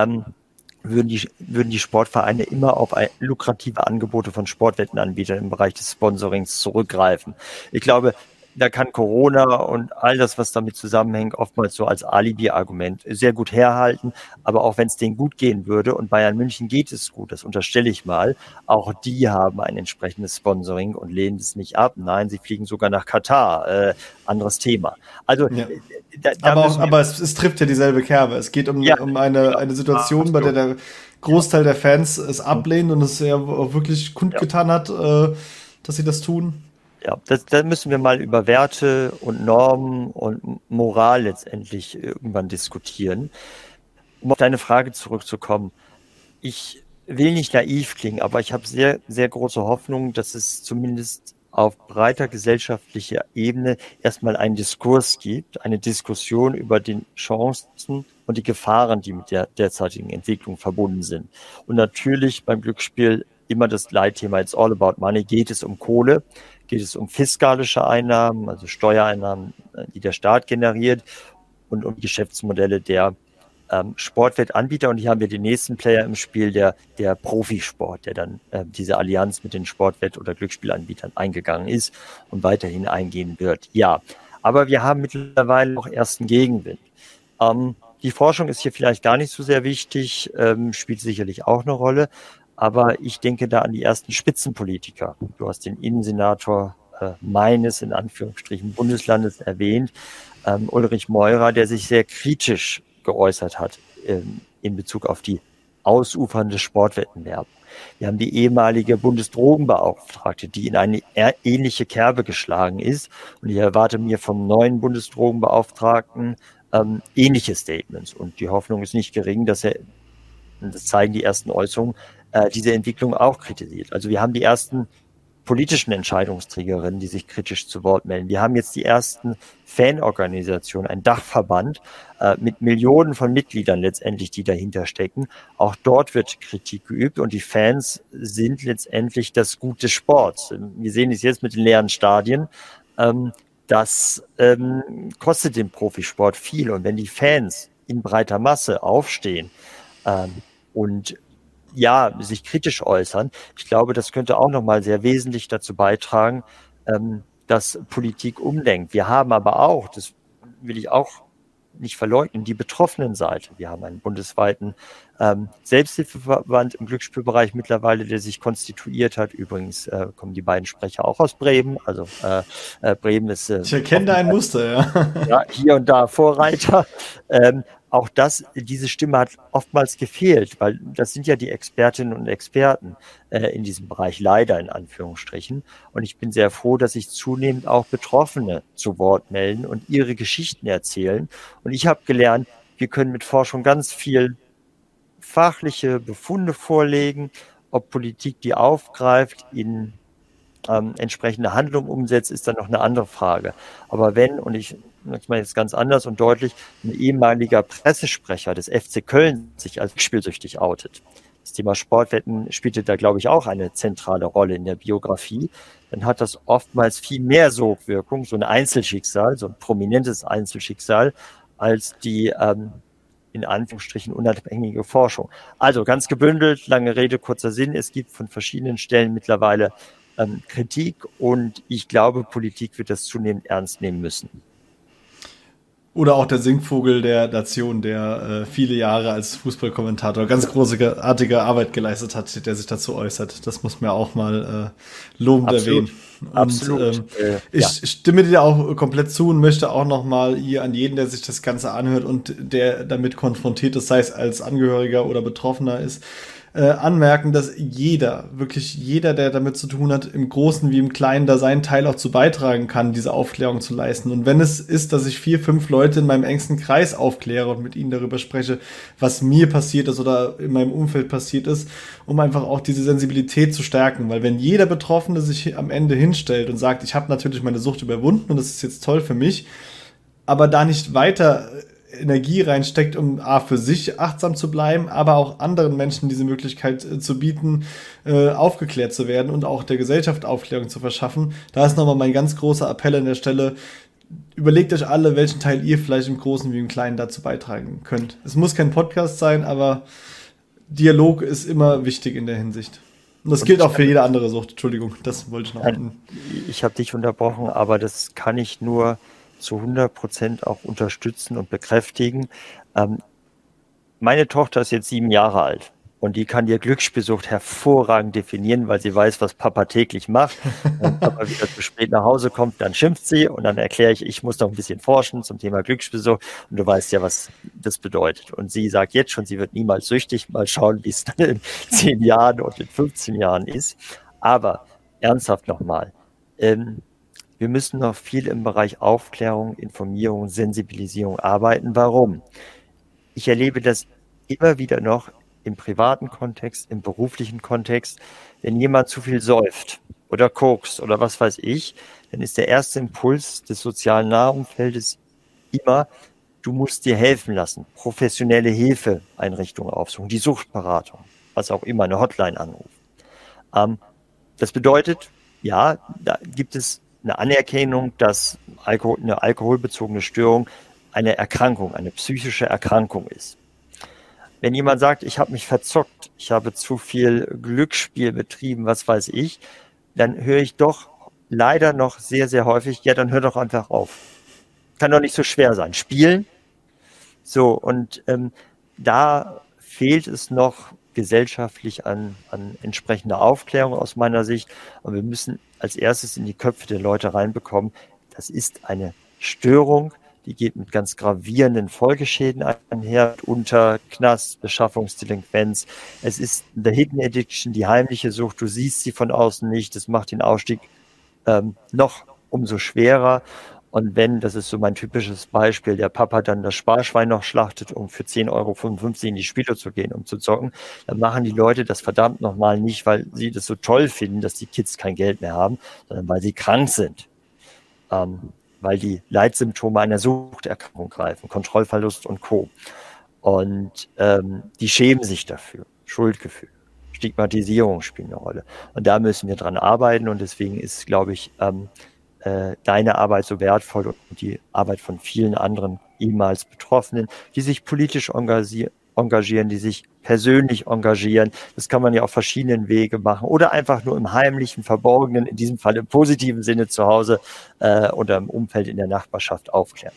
würden die Sportvereine immer auf lukrative Angebote von Sportwettenanbietern im Bereich des Sponsorings zurückgreifen. Ich glaube, da kann Corona und all das, was damit zusammenhängt, oftmals so als Alibi-Argument sehr gut herhalten. Aber auch wenn es denen gut gehen würde, und Bayern München geht es gut, das unterstelle ich mal, auch die haben ein entsprechendes Sponsoring und lehnen es nicht ab. Nein, sie fliegen sogar nach Katar. Anderes Thema. Also, ja. Aber es trifft ja dieselbe Kerbe. Es geht um eine Situation, bei der der Großteil der Fans es ablehnen und es ja auch wirklich kundgetan hat, dass sie das tun. Ja, da müssen wir mal über Werte und Normen und Moral letztendlich irgendwann diskutieren. Um auf deine Frage zurückzukommen, ich will nicht naiv klingen, aber ich habe sehr, sehr große Hoffnung, dass es zumindest auf breiter gesellschaftlicher Ebene erstmal einen Diskurs gibt, eine Diskussion über die Chancen und die Gefahren, die mit der derzeitigen Entwicklung verbunden sind. Und natürlich beim Glücksspiel immer das Leitthema, it's all about money, geht es um Kohle, geht es um fiskalische Einnahmen, also Steuereinnahmen, die der Staat generiert, und um Geschäftsmodelle der Sportwettanbieter. Und hier haben wir den nächsten Player im Spiel, der Profisport, der dann diese Allianz mit den Sportwett- oder Glücksspielanbietern eingegangen ist und weiterhin eingehen wird. Ja, aber wir haben mittlerweile auch ersten Gegenwind. Die Forschung ist hier vielleicht gar nicht so sehr wichtig, spielt sicherlich auch eine Rolle. Aber ich denke da an die ersten Spitzenpolitiker. Du hast den Innensenator meines, in Anführungsstrichen, Bundeslandes erwähnt, Ulrich Meurer, der sich sehr kritisch geäußert hat in Bezug auf die ausufernde Sportwettenwerbung. Wir haben die ehemalige Bundesdrogenbeauftragte, die in eine ähnliche Kerbe geschlagen ist. Und ich erwarte mir vom neuen Bundesdrogenbeauftragten ähnliche Statements. Und die Hoffnung ist nicht gering, dass er, das zeigen die ersten Äußerungen, diese Entwicklung auch kritisiert. Also wir haben die ersten politischen Entscheidungsträgerinnen, die sich kritisch zu Wort melden. Wir haben jetzt die ersten Fanorganisationen, ein Dachverband mit Millionen von Mitgliedern letztendlich, die dahinter stecken. Auch dort wird Kritik geübt und die Fans sind letztendlich das Gut des Sports. Wir sehen es jetzt mit den leeren Stadien. Das kostet den Profisport viel, und wenn die Fans in breiter Masse aufstehen und ja, sich kritisch äußern, ich glaube, das könnte auch nochmal sehr wesentlich dazu beitragen, dass Politik umdenkt. Wir haben aber auch, das will ich auch nicht verleugnen, die betroffenen Seite. Wir haben einen bundesweiten Selbsthilfeverband im Glücksspielbereich mittlerweile, der sich konstituiert hat. Übrigens kommen die beiden Sprecher auch aus Bremen. Also Bremen ist... ich erkenne da ein Muster, ja. Ja, hier und da Vorreiter. Auch diese Stimme hat oftmals gefehlt, weil das sind ja die Expertinnen und Experten in diesem Bereich, leider in Anführungsstrichen. Und ich bin sehr froh, dass sich zunehmend auch Betroffene zu Wort melden und ihre Geschichten erzählen. Und ich habe gelernt, wir können mit Forschung ganz viel fachliche Befunde vorlegen, ob Politik die aufgreift, in entsprechende Handlung umsetzt, ist dann noch eine andere Frage. Aber wenn, und ich sage mal jetzt ganz anders und deutlich, ein ehemaliger Pressesprecher des FC Köln sich als spielsüchtig outet, das Thema Sportwetten spielte da, glaube ich, auch eine zentrale Rolle in der Biografie, dann hat das oftmals viel mehr Sogwirkung, so ein Einzelschicksal, so ein prominentes Einzelschicksal, als die in Anführungsstrichen unabhängige Forschung. Also ganz gebündelt, lange Rede, kurzer Sinn. Es gibt von verschiedenen Stellen mittlerweile Kritik und ich glaube, Politik wird das zunehmend ernst nehmen müssen. Oder auch der Singvogel der Nation, der viele Jahre als Fußballkommentator ganz großartige Arbeit geleistet hat, der sich dazu äußert. Das muss man auch mal lobend erwähnen. Und, Absolut. Ich stimme dir auch komplett zu und möchte auch noch mal hier an jeden, der sich das Ganze anhört und der damit konfrontiert ist, sei es als Angehöriger oder Betroffener ist, anmerken, dass wirklich jeder, der damit zu tun hat, im Großen wie im Kleinen da seinen Teil auch zu beitragen kann, diese Aufklärung zu leisten. Und wenn es ist, dass ich 4, 5 Leute in meinem engsten Kreis aufkläre und mit ihnen darüber spreche, was mir passiert ist oder in meinem Umfeld passiert ist, um einfach auch diese Sensibilität zu stärken. Weil wenn jeder Betroffene sich am Ende hinstellt und sagt, ich habe natürlich meine Sucht überwunden und das ist jetzt toll für mich, aber da nicht weiter Energie reinsteckt, um für sich achtsam zu bleiben, aber auch anderen Menschen diese Möglichkeit zu bieten, aufgeklärt zu werden und auch der Gesellschaft Aufklärung zu verschaffen. Da ist nochmal mein ganz großer Appell an der Stelle. Überlegt euch alle, welchen Teil ihr vielleicht im Großen wie im Kleinen dazu beitragen könnt. Es muss kein Podcast sein, aber Dialog ist immer wichtig in der Hinsicht. Und das gilt auch für jede andere Sucht. Entschuldigung, das wollte ich noch. Ich habe dich unterbrochen, aber das kann ich nur zu 100% auch unterstützen und bekräftigen. Meine Tochter ist jetzt 7 Jahre alt und die kann die Glücksspielsucht hervorragend definieren, weil sie weiß, was Papa täglich macht. Wenn Papa wieder zu spät nach Hause kommt, dann schimpft sie und dann erkläre ich muss noch ein bisschen forschen zum Thema Glücksspielsucht und du weißt ja, was das bedeutet. Und sie sagt jetzt schon, sie wird niemals süchtig. Mal schauen, wie es dann in 10 Jahren und in 15 Jahren ist. Aber ernsthaft nochmal, wir müssen noch viel im Bereich Aufklärung, Informierung, Sensibilisierung arbeiten. Warum? Ich erlebe das immer wieder noch im privaten Kontext, im beruflichen Kontext. Wenn jemand zu viel säuft oder kokst oder was weiß ich, dann ist der erste Impuls des sozialen Nahumfeldes immer, du musst dir helfen lassen. Professionelle Hilfeeinrichtungen aufsuchen, die Suchtberatung, was auch immer, eine Hotline anrufen. Das bedeutet, ja, da gibt es eine Anerkennung, dass eine alkoholbezogene Störung eine Erkrankung, eine psychische Erkrankung ist. Wenn jemand sagt, ich habe mich verzockt, ich habe zu viel Glücksspiel betrieben, was weiß ich, dann höre ich doch leider noch sehr, sehr häufig, ja, dann hör doch einfach auf. Kann doch nicht so schwer sein. Spielen. So, und da fehlt es noch gesellschaftlich an entsprechender Aufklärung aus meiner Sicht. Und wir müssen als erstes in die Köpfe der Leute reinbekommen, das ist eine Störung, die geht mit ganz gravierenden Folgeschäden einher, unter Knast, Beschaffungsdelinquenz. Es ist the Hidden Addiction, die heimliche Sucht. Du siehst sie von außen nicht. Das macht den Ausstieg noch umso schwerer. Und wenn, das ist so mein typisches Beispiel, der Papa dann das Sparschwein noch schlachtet, um für 10,55 € in die Spiele zu gehen, um zu zocken, dann machen die Leute das verdammt nochmal nicht, weil sie das so toll finden, dass die Kids kein Geld mehr haben, sondern weil sie krank sind. Weil die Leitsymptome einer Suchterkrankung greifen, Kontrollverlust und Co. Und die schämen sich dafür, Schuldgefühl. Stigmatisierung spielt eine Rolle. Und da müssen wir dran arbeiten und deswegen ist, glaube ich, deine Arbeit so wertvoll und die Arbeit von vielen anderen ehemals Betroffenen, die sich politisch engagieren, die sich persönlich engagieren. Das kann man ja auf verschiedenen Wege machen oder einfach nur im heimlichen, verborgenen, in diesem Fall im positiven Sinne zu Hause oder im Umfeld in der Nachbarschaft aufklären.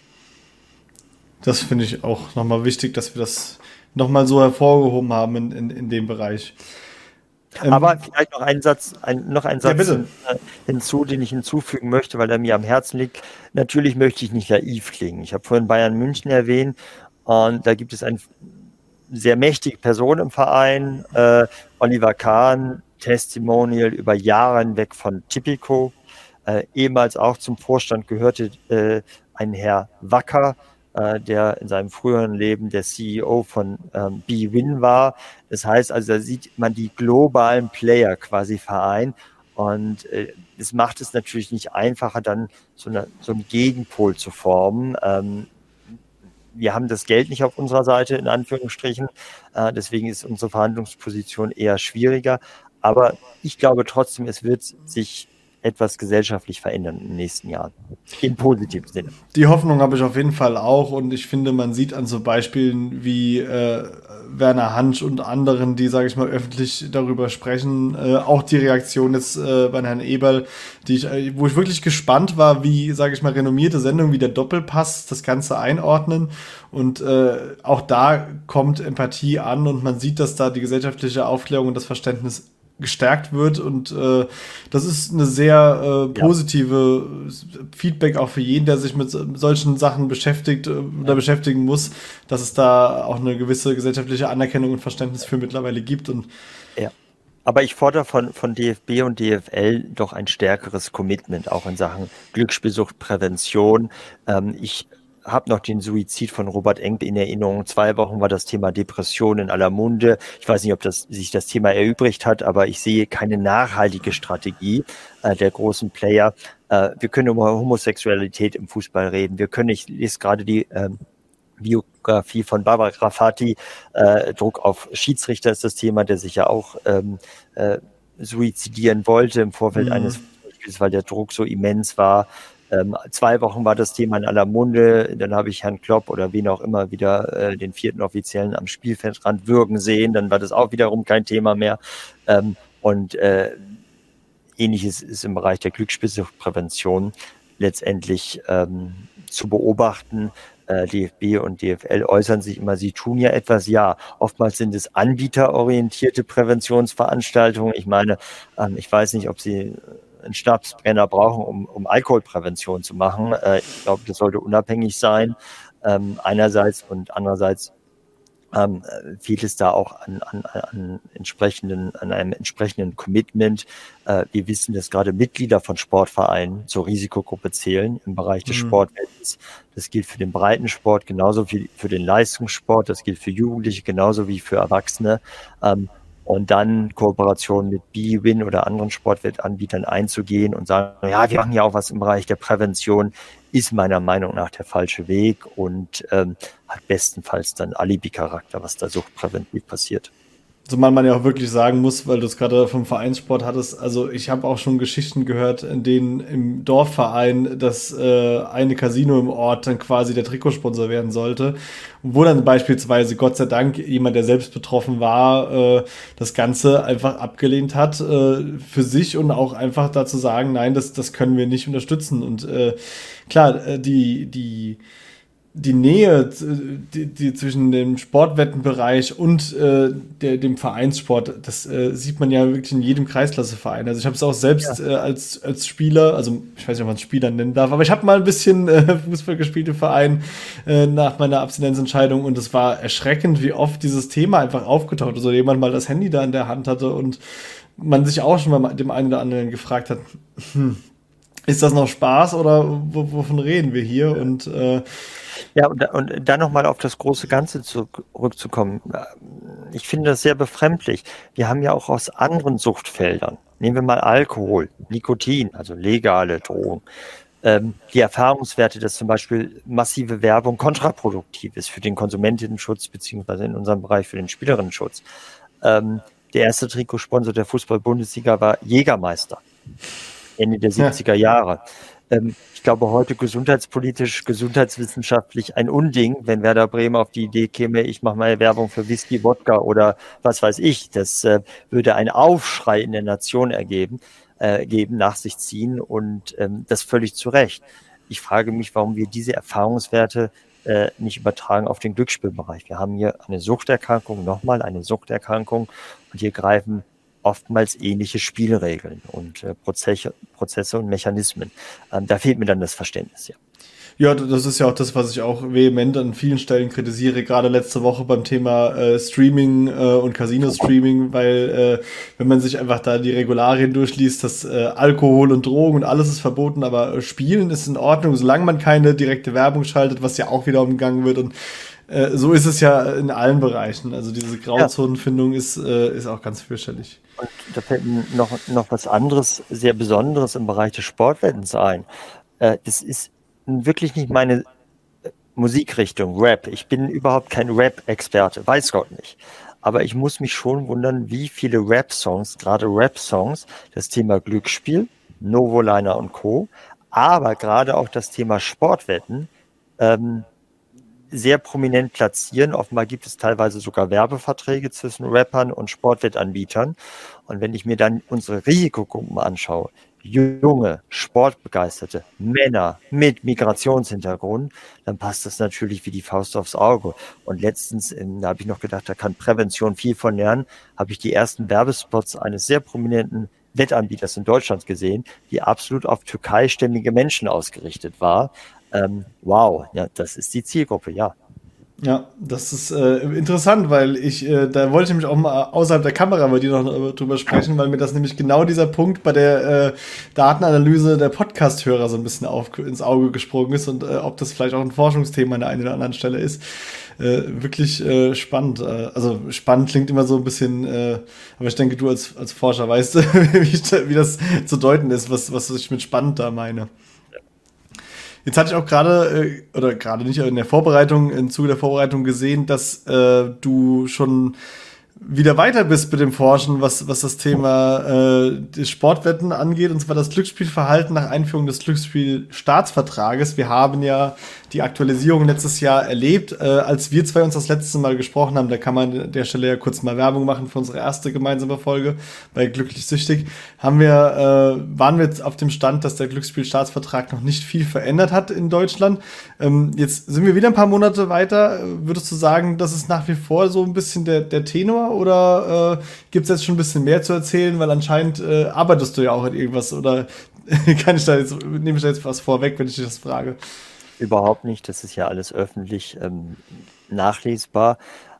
Das finde ich auch nochmal wichtig, dass wir das nochmal so hervorgehoben haben in dem Bereich. Aber vielleicht noch einen Satz ja, hinzu, den ich hinzufügen möchte, weil er mir am Herzen liegt. Natürlich möchte ich nicht naiv klingen. Ich habe vorhin Bayern München erwähnt und da gibt es eine sehr mächtige Person im Verein, Oliver Kahn, Testimonial über Jahre hinweg von Tipico. Ehemals auch zum Vorstand gehörte ein Herr Wacker, der in seinem früheren Leben der CEO von BWin war. Das heißt also, da sieht man die globalen Player quasi vereint. Und es macht es natürlich nicht einfacher, dann so einen Gegenpol zu formen. Wir haben das Geld nicht auf unserer Seite, in Anführungsstrichen. Deswegen ist unsere Verhandlungsposition eher schwieriger. Aber ich glaube trotzdem, es wird sich etwas gesellschaftlich verändern in den nächsten Jahren. Im positiven Sinne. Die Hoffnung habe ich auf jeden Fall auch. Und ich finde, man sieht an so Beispielen wie Werner Hansch und anderen, die, sage ich mal, öffentlich darüber sprechen, auch die Reaktion jetzt bei Herrn Eberl, wo ich wirklich gespannt war, wie, sage ich mal, renommierte Sendungen wie der Doppelpass das Ganze einordnen. Und auch da kommt Empathie an und man sieht, dass da die gesellschaftliche Aufklärung und das Verständnis gestärkt wird und das ist eine sehr positive Feedback auch für jeden, der sich mit solchen Sachen beschäftigt oder beschäftigen muss, dass es da auch eine gewisse gesellschaftliche Anerkennung und Verständnis für mittlerweile gibt. Und aber ich fordere von DFB und DFL doch ein stärkeres Commitment, auch in Sachen Glücksspielsuchtprävention. Ich habe noch den Suizid von Robert Enke in Erinnerung. 2 Wochen war das Thema Depression in aller Munde. Ich weiß nicht, ob sich das Thema erübrigt hat, aber ich sehe keine nachhaltige Strategie der großen Player. Wir können über Homosexualität im Fußball reden. Ich lese gerade die Biografie von Barbara Grafati. Druck auf Schiedsrichter ist das Thema, der sich ja auch suizidieren wollte im Vorfeld eines Spiels, weil der Druck so immens war. 2 Wochen war das Thema in aller Munde. Dann habe ich Herrn Klopp oder wen auch immer wieder den 4. Offiziellen am Spielfeldrand würgen sehen. Dann war das auch wiederum kein Thema mehr. Ähnliches ist im Bereich der Glücksspielsuchtprävention letztendlich zu beobachten. DFB und DFL äußern sich immer, sie tun ja etwas. Ja, oftmals sind es anbieterorientierte Präventionsveranstaltungen. Ich meine, ich weiß nicht, ob sie einen Schnapsbrenner brauchen, um Alkoholprävention zu machen. Ich glaube, das sollte unabhängig sein, einerseits, und andererseits fehlt es da auch an einem entsprechenden Commitment. Wir wissen, dass gerade Mitglieder von Sportvereinen zur Risikogruppe zählen im Bereich des Sportwissens. Das gilt für den Breitensport genauso wie für den Leistungssport. Das gilt für Jugendliche genauso wie für Erwachsene. Und dann Kooperation mit BWin oder anderen Sportwettanbietern einzugehen und sagen, ja, wir machen ja auch was im Bereich der Prävention, ist meiner Meinung nach der falsche Weg und hat bestenfalls dann Alibi-Charakter, was da suchtpräventiv passiert. Zumal man ja auch wirklich sagen muss, weil du es gerade vom Vereinssport hattest, also ich habe auch schon Geschichten gehört, in denen im Dorfverein das eine Casino im Ort dann quasi der Trikotsponsor werden sollte, wo dann beispielsweise, Gott sei Dank, jemand, der selbst betroffen war, das Ganze einfach abgelehnt hat für sich und auch einfach dazu sagen, nein, das können wir nicht unterstützen. Und klar, die Nähe die zwischen dem Sportwettenbereich und dem Vereinssport, das sieht man ja wirklich in jedem Kreisklasseverein. Also ich habe es auch selbst als Spieler, also ich weiß nicht, ob man es Spieler nennen darf, aber ich habe mal ein bisschen Fußball gespielt im Verein nach meiner Abstinenzentscheidung und es war erschreckend, wie oft dieses Thema einfach aufgetaucht ist. Also jemand mal das Handy da in der Hand hatte und man sich auch schon mal dem einen oder anderen gefragt hat, ist das noch Spaß oder wovon reden wir hier? Und ja, und dann nochmal auf das große Ganze zurückzukommen. Ich finde das sehr befremdlich. Wir haben ja auch aus anderen Suchtfeldern, nehmen wir mal Alkohol, Nikotin, also legale Drogen, die Erfahrungswerte, dass zum Beispiel massive Werbung kontraproduktiv ist für den Konsumentinnenschutz beziehungsweise in unserem Bereich für den Spielerinnenschutz. Der erste Trikotsponsor der Fußball-Bundesliga war Jägermeister, Ende der 70er Jahre. Ich glaube, heute gesundheitspolitisch, gesundheitswissenschaftlich ein Unding, wenn Werder Bremen auf die Idee käme, ich mache mal Werbung für Whisky, Wodka oder was weiß ich. Das würde einen Aufschrei in der Nation geben, nach sich ziehen und das völlig zu Recht. Ich frage mich, warum wir diese Erfahrungswerte nicht übertragen auf den Glücksspielbereich. Wir haben hier eine Suchterkrankung, nochmal eine Suchterkrankung und hier greifen oftmals ähnliche Spielregeln und Prozesse und Mechanismen. Da fehlt mir dann das Verständnis, ja. Ja, das ist ja auch das, was ich auch vehement an vielen Stellen kritisiere, gerade letzte Woche beim Thema Streaming und Casino-Streaming, weil wenn man sich einfach da die Regularien durchliest, dass Alkohol und Drogen und alles ist verboten, aber Spielen ist in Ordnung, solange man keine direkte Werbung schaltet, was ja auch wieder umgangen wird und so ist es ja in allen Bereichen. Also diese Grauzonenfindung ist auch ganz fürchterlich. Und da fällt mir noch was anderes, sehr Besonderes im Bereich des Sportwettens ein. Das ist wirklich nicht meine Musikrichtung, Rap. Ich bin überhaupt kein Rap-Experte, weiß Gott nicht. Aber ich muss mich schon wundern, wie viele Rap-Songs, gerade Rap-Songs, das Thema Glücksspiel, Novoliner und Co., aber gerade auch das Thema Sportwetten sehr prominent platzieren. Offenbar gibt es teilweise sogar Werbeverträge zwischen Rappern und Sportwettanbietern. Und wenn ich mir dann unsere Risikogruppen anschaue, junge, sportbegeisterte Männer mit Migrationshintergrund, dann passt das natürlich wie die Faust aufs Auge. Und letztens, da habe ich noch gedacht, da kann Prävention viel von lernen, habe ich die ersten Werbespots eines sehr prominenten Wettanbieters in Deutschland gesehen, die absolut auf türkeistämmige Menschen ausgerichtet war. Wow, ja, das ist die Zielgruppe, ja. Ja, das ist interessant, weil da wollte ich mich auch mal außerhalb der Kamera bei dir noch drüber sprechen, weil mir das nämlich genau dieser Punkt bei der Datenanalyse der Podcast-Hörer so ein bisschen ins Auge gesprungen ist und ob das vielleicht auch ein Forschungsthema an der einen oder anderen Stelle ist. Wirklich spannend. Also spannend klingt immer so ein bisschen, aber ich denke, du als Forscher weißt, wie das zu deuten ist, was ich mit spannend da meine. Jetzt hatte ich auch gerade, oder gerade nicht, in der Vorbereitung, im Zuge der Vorbereitung gesehen, dass du schon wieder weiter bist mit dem Forschen, was das Thema des Sportwetten angeht, und zwar das Glücksspielverhalten nach Einführung des Glücksspielstaatsvertrages. Wir haben ja die Aktualisierung letztes Jahr erlebt, als wir zwei uns das letzte Mal gesprochen haben. Da kann man an der Stelle ja kurz mal Werbung machen für unsere erste gemeinsame Folge bei Glücklich Süchtig. Waren wir jetzt auf dem Stand, dass der Glücksspielstaatsvertrag noch nicht viel verändert hat in Deutschland. Jetzt sind wir wieder ein paar Monate weiter. Würdest du sagen, das ist nach wie vor so ein bisschen der Tenor, oder gibt es jetzt schon ein bisschen mehr zu erzählen? Weil anscheinend arbeitest du ja auch an irgendwas, oder nehme ich da jetzt was vorweg, wenn ich dich das frage? Überhaupt nicht, das ist ja alles öffentlich nachlesbar.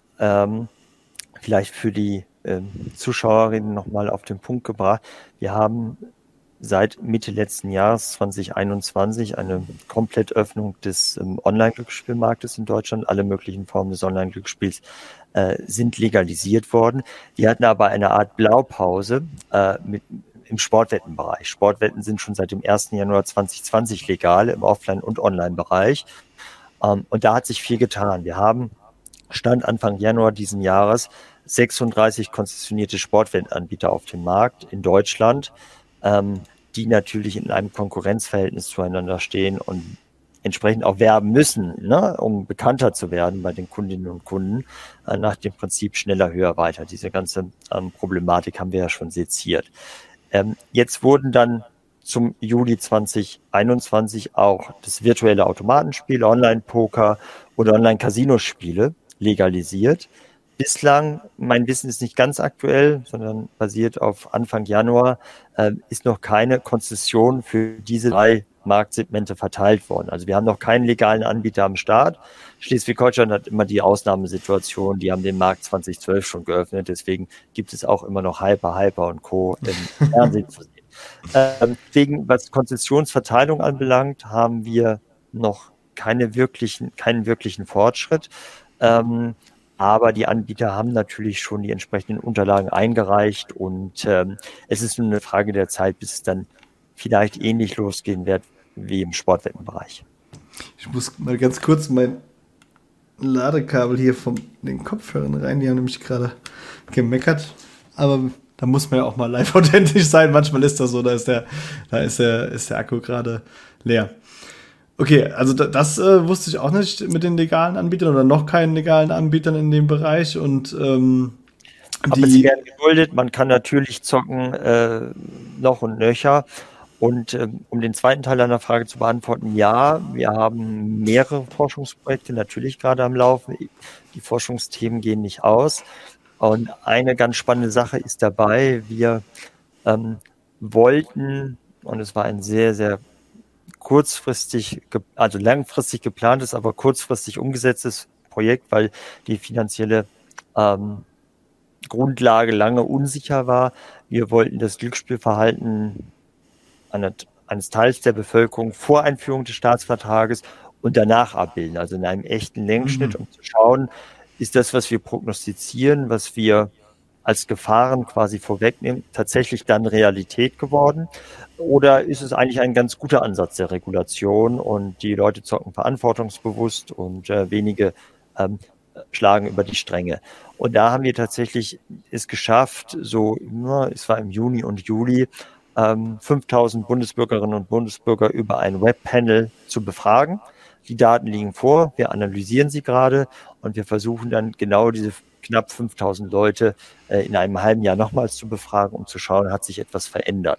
Vielleicht für die Zuschauerinnen nochmal auf den Punkt gebracht. Wir haben seit Mitte letzten Jahres 2021 eine Komplettöffnung des Online-Glücksspielmarktes in Deutschland. Alle möglichen Formen des Online-Glücksspiels sind legalisiert worden. Wir hatten aber eine Art Blaupause im Sportwettenbereich. Sportwetten sind schon seit dem 1. Januar 2020 legal im Offline- und Online-Bereich. Und da hat sich viel getan. Wir haben Stand Anfang Januar diesen Jahres 36 konzessionierte Sportwettenanbieter auf dem Markt in Deutschland, die natürlich in einem Konkurrenzverhältnis zueinander stehen und entsprechend auch werben müssen, ne, um bekannter zu werden bei den Kundinnen und Kunden, nach dem Prinzip schneller, höher, weiter. Diese ganze Problematik haben wir ja schon seziert. Jetzt wurden dann zum Juli 2021 auch das virtuelle Automatenspiel, Online-Poker oder Online-Casino-Spiele legalisiert. Bislang, mein Wissen ist nicht ganz aktuell, sondern basiert auf Anfang Januar, ist noch keine Konzession für diese 3 Marktsegmente verteilt worden. Also wir haben noch keinen legalen Anbieter am Start. Schleswig-Holstein hat immer die Ausnahmesituation, die haben den Markt 2012 schon geöffnet, deswegen gibt es auch immer noch Hyper und Co. im Fernsehen zu sehen. Wegen, was Konzessionsverteilung anbelangt, haben wir noch keinen wirklichen Fortschritt. Aber die Anbieter haben natürlich schon die entsprechenden Unterlagen eingereicht und es ist nur eine Frage der Zeit, bis es dann vielleicht ähnlich losgehen wird wie im Sportwettenbereich. Ich muss mal ganz kurz mein Ladekabel hier von den Kopfhörern rein, die haben nämlich gerade gemeckert, aber da muss man ja auch mal live authentisch sein, manchmal ist das so, da ist der Akku gerade leer. Okay, also das wusste ich auch nicht mit den legalen Anbietern oder noch keinen legalen Anbietern in dem Bereich, und aber sie werden geduldet, man kann natürlich zocken noch und nöcher. Und um den zweiten Teil deiner Frage zu beantworten, ja, wir haben mehrere Forschungsprojekte natürlich gerade am Laufen. Die Forschungsthemen gehen nicht aus. Und eine ganz spannende Sache ist dabei, wir wollten, und es war ein sehr, sehr langfristig geplantes, aber kurzfristig umgesetztes Projekt, weil die finanzielle Grundlage lange unsicher war. Wir wollten das Glücksspielverhalten eines Teils der Bevölkerung vor Einführung des Staatsvertrages und danach abbilden, also in einem echten Längsschnitt, um zu schauen, ist das, was wir prognostizieren, was wir als Gefahren quasi vorwegnehmen, tatsächlich dann Realität geworden? Oder ist es eigentlich ein ganz guter Ansatz der Regulation und die Leute zocken verantwortungsbewusst und wenige schlagen über die Stränge? Und da haben wir tatsächlich es geschafft, es war im Juni und Juli, 5000 Bundesbürgerinnen und Bundesbürger über ein Webpanel zu befragen. Die Daten liegen vor, wir analysieren sie gerade und wir versuchen dann genau diese knapp 5000 Leute in einem halben Jahr nochmals zu befragen, um zu schauen, hat sich etwas verändert.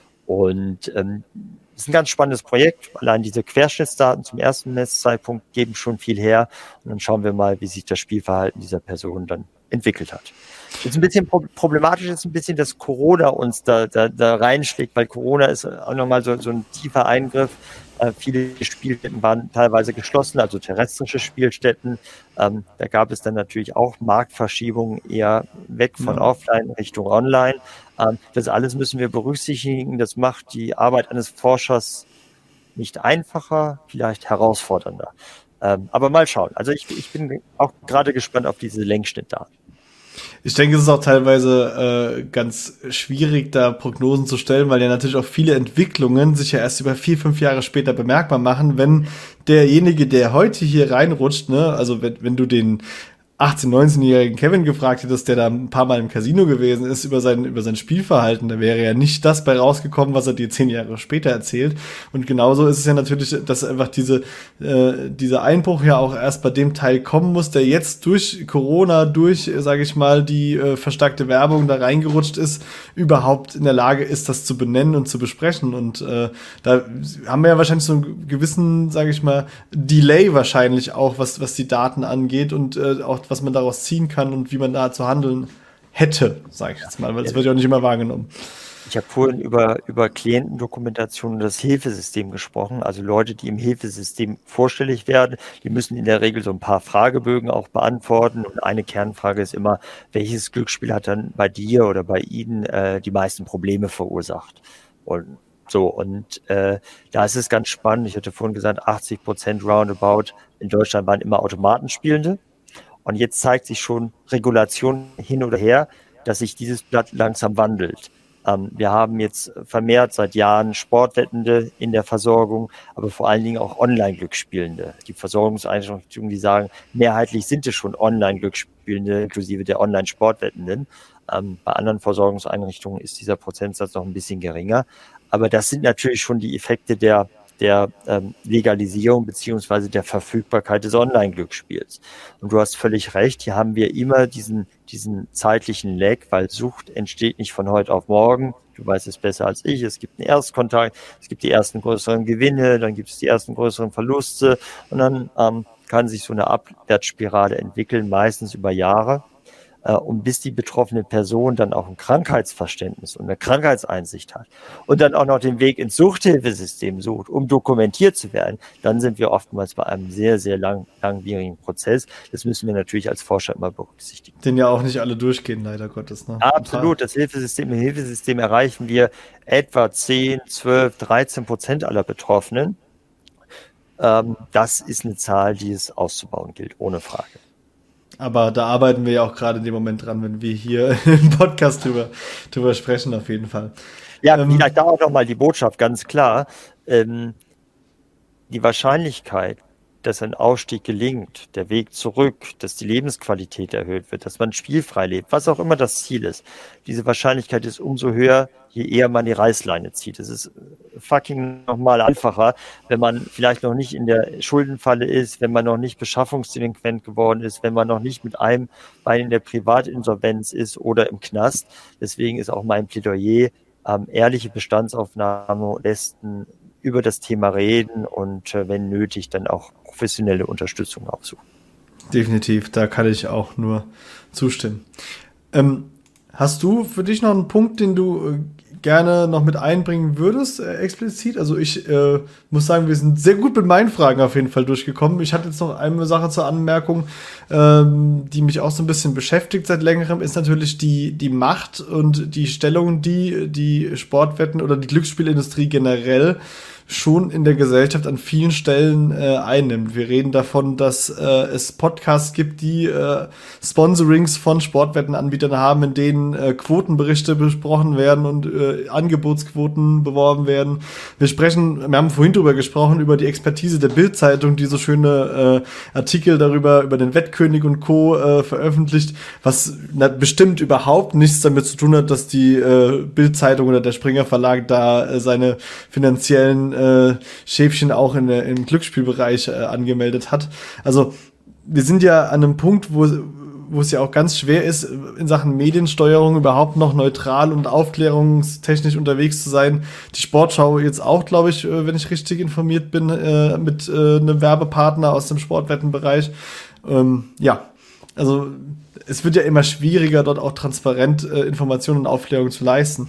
Und es ist ein ganz spannendes Projekt. Allein diese Querschnittsdaten zum ersten Messzeitpunkt geben schon viel her. Und dann schauen wir mal, wie sich das Spielverhalten dieser Person dann entwickelt hat. Jetzt ein bisschen problematisch ist ein bisschen, dass Corona uns da reinschlägt, weil Corona ist auch nochmal so ein tiefer Eingriff. Viele Spielstätten waren teilweise geschlossen, also terrestrische Spielstätten. Da gab es dann natürlich auch Marktverschiebungen eher weg von Offline Richtung Online. Das alles müssen wir berücksichtigen. Das macht die Arbeit eines Forschers nicht einfacher, vielleicht herausfordernder. Aber mal schauen. Also ich bin auch gerade gespannt auf diese Längsschnittdaten. Ich denke, es ist auch teilweise ganz schwierig, da Prognosen zu stellen, weil ja natürlich auch viele Entwicklungen sich ja erst über 4-5 Jahre später bemerkbar machen, wenn derjenige, der heute hier reinrutscht, ne, also wenn du den 18-, 19-jährigen Kevin gefragt hättest, der da ein paar Mal im Casino gewesen ist, über sein Spielverhalten, da wäre ja nicht das bei rausgekommen, was er dir 10 Jahre später erzählt. Und genauso ist es ja natürlich, dass einfach dieser Einbruch ja auch erst bei dem Teil kommen muss, der jetzt durch Corona, sage ich mal, die verstärkte Werbung da reingerutscht ist, überhaupt in der Lage ist, das zu benennen und zu besprechen. Und da haben wir ja wahrscheinlich so einen gewissen, sage ich mal, Delay wahrscheinlich auch, was die Daten angeht und auch was man daraus ziehen kann und wie man da zu handeln hätte, sage ich jetzt mal, weil es wird ja auch nicht immer wahrgenommen. Ich habe vorhin über Klientendokumentation und das Hilfesystem gesprochen, also Leute, die im Hilfesystem vorstellig werden, die müssen in der Regel so ein paar Fragebögen auch beantworten und eine Kernfrage ist immer, welches Glücksspiel hat dann bei dir oder bei Ihnen die meisten Probleme verursacht? Und da ist es ganz spannend, ich hatte vorhin gesagt, 80% roundabout in Deutschland waren immer Automatenspielende. Und jetzt zeigt sich schon Regulation hin oder her, dass sich dieses Blatt langsam wandelt. Wir haben jetzt vermehrt seit Jahren Sportwettende in der Versorgung, aber vor allen Dingen auch Online-Glücksspielende. Die Versorgungseinrichtungen, die sagen, mehrheitlich sind es schon Online-Glücksspielende, inklusive der Online-Sportwettenden. Bei anderen Versorgungseinrichtungen ist dieser Prozentsatz noch ein bisschen geringer. Aber das sind natürlich schon die Effekte der Legalisierung beziehungsweise der Verfügbarkeit des Online-Glücksspiels. Und du hast völlig recht, hier haben wir immer diesen zeitlichen Lag, weil Sucht entsteht nicht von heute auf morgen. Du weißt es besser als ich. Es gibt einen Erstkontakt, es gibt die ersten größeren Gewinne, dann gibt es die ersten größeren Verluste und dann kann sich so eine Abwärtsspirale entwickeln, meistens über Jahre. Und bis die betroffene Person dann auch ein Krankheitsverständnis und eine Krankheitseinsicht hat und dann auch noch den Weg ins Suchthilfesystem sucht, um dokumentiert zu werden, dann sind wir oftmals bei einem sehr, sehr langwierigen Prozess. Das müssen wir natürlich als Forscher immer berücksichtigen. Den ja auch nicht alle durchgehen, leider Gottes. Ne? Absolut, im Hilfesystem erreichen wir etwa 10, 12, 13% aller Betroffenen. Das ist eine Zahl, die es auszubauen gilt, ohne Frage. Aber da arbeiten wir ja auch gerade in dem Moment dran, wenn wir hier im Podcast drüber sprechen, auf jeden Fall. Ja, vielleicht da auch nochmal die Botschaft, ganz klar. Die Wahrscheinlichkeit, dass ein Ausstieg gelingt, der Weg zurück, dass die Lebensqualität erhöht wird, dass man spielfrei lebt, was auch immer das Ziel ist. Diese Wahrscheinlichkeit ist umso höher, je eher man die Reißleine zieht. Es ist fucking nochmal einfacher, wenn man vielleicht noch nicht in der Schuldenfalle ist, wenn man noch nicht beschaffungsdelinquent geworden ist, wenn man noch nicht mit einem Bein in der Privatinsolvenz ist oder im Knast. Deswegen ist auch mein Plädoyer, ehrliche Bestandsaufnahme leisten, über das Thema reden und wenn nötig dann auch professionelle Unterstützung aufsuchen. Definitiv, da kann ich auch nur zustimmen. Hast du für dich noch einen Punkt, den du gerne noch mit einbringen würdest, explizit? Also ich muss sagen, wir sind sehr gut mit meinen Fragen auf jeden Fall durchgekommen. Ich hatte jetzt noch eine Sache zur Anmerkung, die mich auch so ein bisschen beschäftigt seit längerem, ist natürlich die Macht und die Stellung, die Sportwetten oder die Glücksspielindustrie generell schon in der Gesellschaft an vielen Stellen einnimmt. Wir reden davon, dass es Podcasts gibt, die Sponsorings von Sportwettenanbietern haben, in denen Quotenberichte besprochen werden und Angebotsquoten beworben werden. Wir haben vorhin drüber gesprochen, über die Expertise der Bild-Zeitung, die so schöne Artikel darüber, über den Wettkönig und Co. veröffentlicht, was bestimmt überhaupt nichts damit zu tun hat, dass die Bild-Zeitung oder der Springer Verlag da seine finanziellen Schäfchen auch im Glücksspielbereich angemeldet hat. Also wir sind ja an einem Punkt, wo es ja auch ganz schwer ist, in Sachen Mediensteuerung überhaupt noch neutral und aufklärungstechnisch unterwegs zu sein. Die Sportschau jetzt auch, glaube ich, wenn ich richtig informiert bin, mit einem Werbepartner aus dem Sportwettenbereich. Also es wird ja immer schwieriger, dort auch transparent Informationen und Aufklärung zu leisten.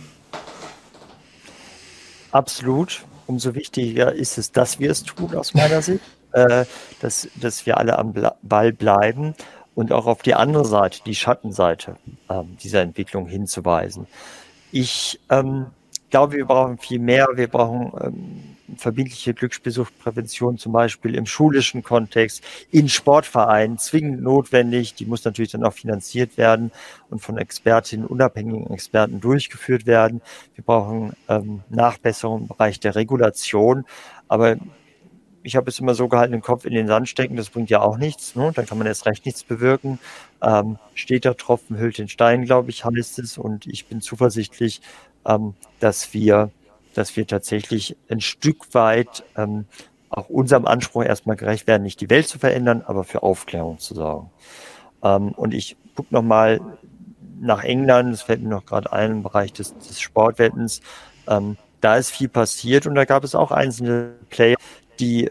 Absolut. Umso wichtiger ist es, dass wir es tun, aus meiner Sicht, dass wir alle am Ball bleiben und auch auf die andere Seite, die Schattenseite dieser Entwicklung hinzuweisen. Ich glaube, wir brauchen viel mehr. Wir brauchen verbindliche Glücksspielsuchtprävention, zum Beispiel im schulischen Kontext, in Sportvereinen, zwingend notwendig. Die muss natürlich dann auch finanziert werden und von Expertinnen, unabhängigen Experten durchgeführt werden. Wir brauchen Nachbesserungen im Bereich der Regulation. Aber ich habe es immer so gehalten, den Kopf in den Sand stecken, das bringt ja auch nichts. Ne? Dann kann man erst recht nichts bewirken. Steter Tropfen hüllt den Stein, glaube ich, heißt es. Und ich bin zuversichtlich, dass wir tatsächlich ein Stück weit auch unserem Anspruch erstmal gerecht werden, nicht die Welt zu verändern, aber für Aufklärung zu sorgen. Und ich gucke nochmal nach England, das fällt mir noch gerade ein, im Bereich des Sportwettens. Da ist viel passiert und da gab es auch einzelne Player, die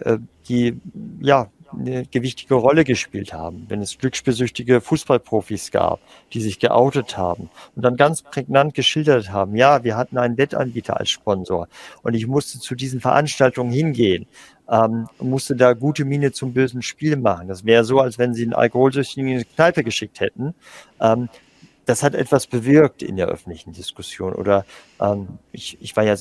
eine gewichtige Rolle gespielt haben. Wenn es glücksspielsüchtige Fußballprofis gab, die sich geoutet haben und dann ganz prägnant geschildert haben, ja, wir hatten einen Wettanbieter als Sponsor und ich musste zu diesen Veranstaltungen hingehen, musste da gute Miene zum bösen Spiel machen. Das wäre so, als wenn sie einen Alkoholsüchtigen in die Kneipe geschickt hätten. Das hat etwas bewirkt in der öffentlichen Diskussion. Oder ich war ja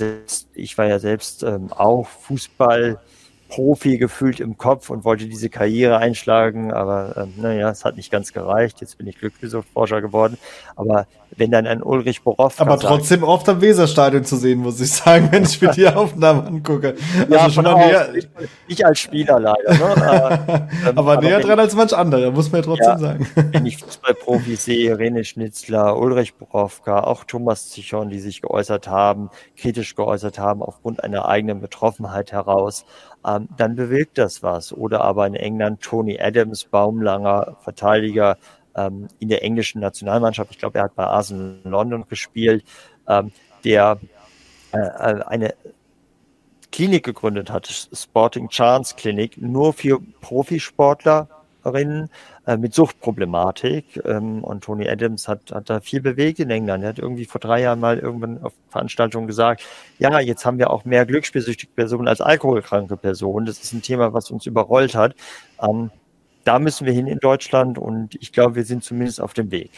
selbst auch Fußballprofi gefühlt im Kopf und wollte diese Karriere einschlagen, aber es hat nicht ganz gereicht. Jetzt bin ich Glücksspielsuchtforscher geworden. Aber wenn dann ein Ulrich Borowka aber trotzdem sagt, oft am Weserstadion zu sehen, muss ich sagen, wenn ich mir die Aufnahmen angucke. Ja, also schon mal nicht als Spieler leider. Ne? aber näher dran als manch anderer, muss man ja trotzdem sagen. Wenn ich Fußballprofis sehe, René Schnitzler, Ulrich Borowka, auch Thomas Zichon, die sich kritisch geäußert haben, aufgrund einer eigenen Betroffenheit heraus, dann bewirkt das was. Oder aber in England Tony Adams, baumlanger Verteidiger, in der englischen Nationalmannschaft, ich glaube, er hat bei Arsenal London gespielt, der eine Klinik gegründet hat, Sporting Chance Klinik, nur für Profisportlerinnen mit Suchtproblematik. Und Tony Adams hat da viel bewegt in England. Er hat irgendwie vor 3 Jahren mal irgendwann auf Veranstaltungen gesagt, ja, jetzt haben wir auch mehr glücksspielsüchtige Personen als alkoholkranke Personen. Das ist ein Thema, was uns überrollt hat. Da müssen wir hin in Deutschland und ich glaube, wir sind zumindest auf dem Weg.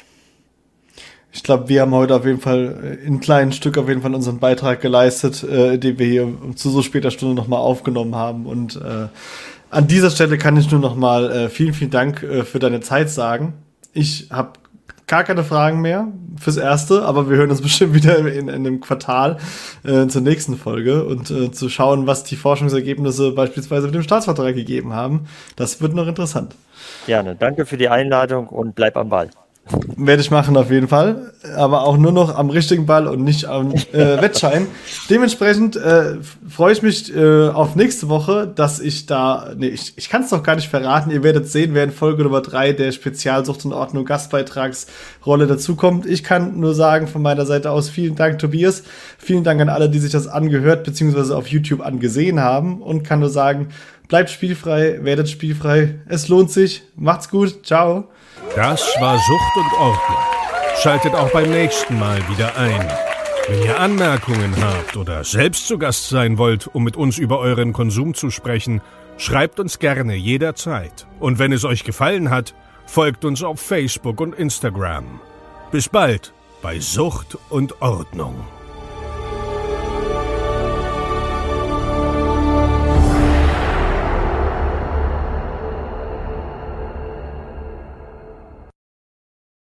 Ich glaube, wir haben heute auf jeden Fall in kleinen Stück auf jeden Fall unseren Beitrag geleistet, den wir hier zu so später Stunde nochmal aufgenommen haben. Und an dieser Stelle kann ich nur nochmal vielen, vielen Dank für deine Zeit sagen. Ich habe gar keine Fragen mehr fürs Erste, aber wir hören uns bestimmt wieder in einem Quartal zur nächsten Folge und zu schauen, was die Forschungsergebnisse beispielsweise mit dem Staatsvertrag gegeben haben. Das wird noch interessant. Gerne, danke für die Einladung und bleib am Ball. Werde ich machen auf jeden Fall, aber auch nur noch am richtigen Ball und nicht am Wettschein. Dementsprechend freue ich mich auf nächste Woche, dass ich ich kann es noch gar nicht verraten, ihr werdet sehen, wer in Folge Nummer 3 der Spezialsucht und Ordnung Gastbeitragsrolle dazukommt. Ich kann nur sagen von meiner Seite aus, vielen Dank Tobias, vielen Dank an alle, die sich das angehört bzw. auf YouTube angesehen haben und kann nur sagen, bleibt spielfrei, werdet spielfrei, es lohnt sich, macht's gut, ciao. Das war Sucht und Ordnung. Schaltet auch beim nächsten Mal wieder ein. Wenn ihr Anmerkungen habt oder selbst zu Gast sein wollt, um mit uns über euren Konsum zu sprechen, schreibt uns gerne jederzeit. Und wenn es euch gefallen hat, folgt uns auf Facebook und Instagram. Bis bald bei Sucht und Ordnung.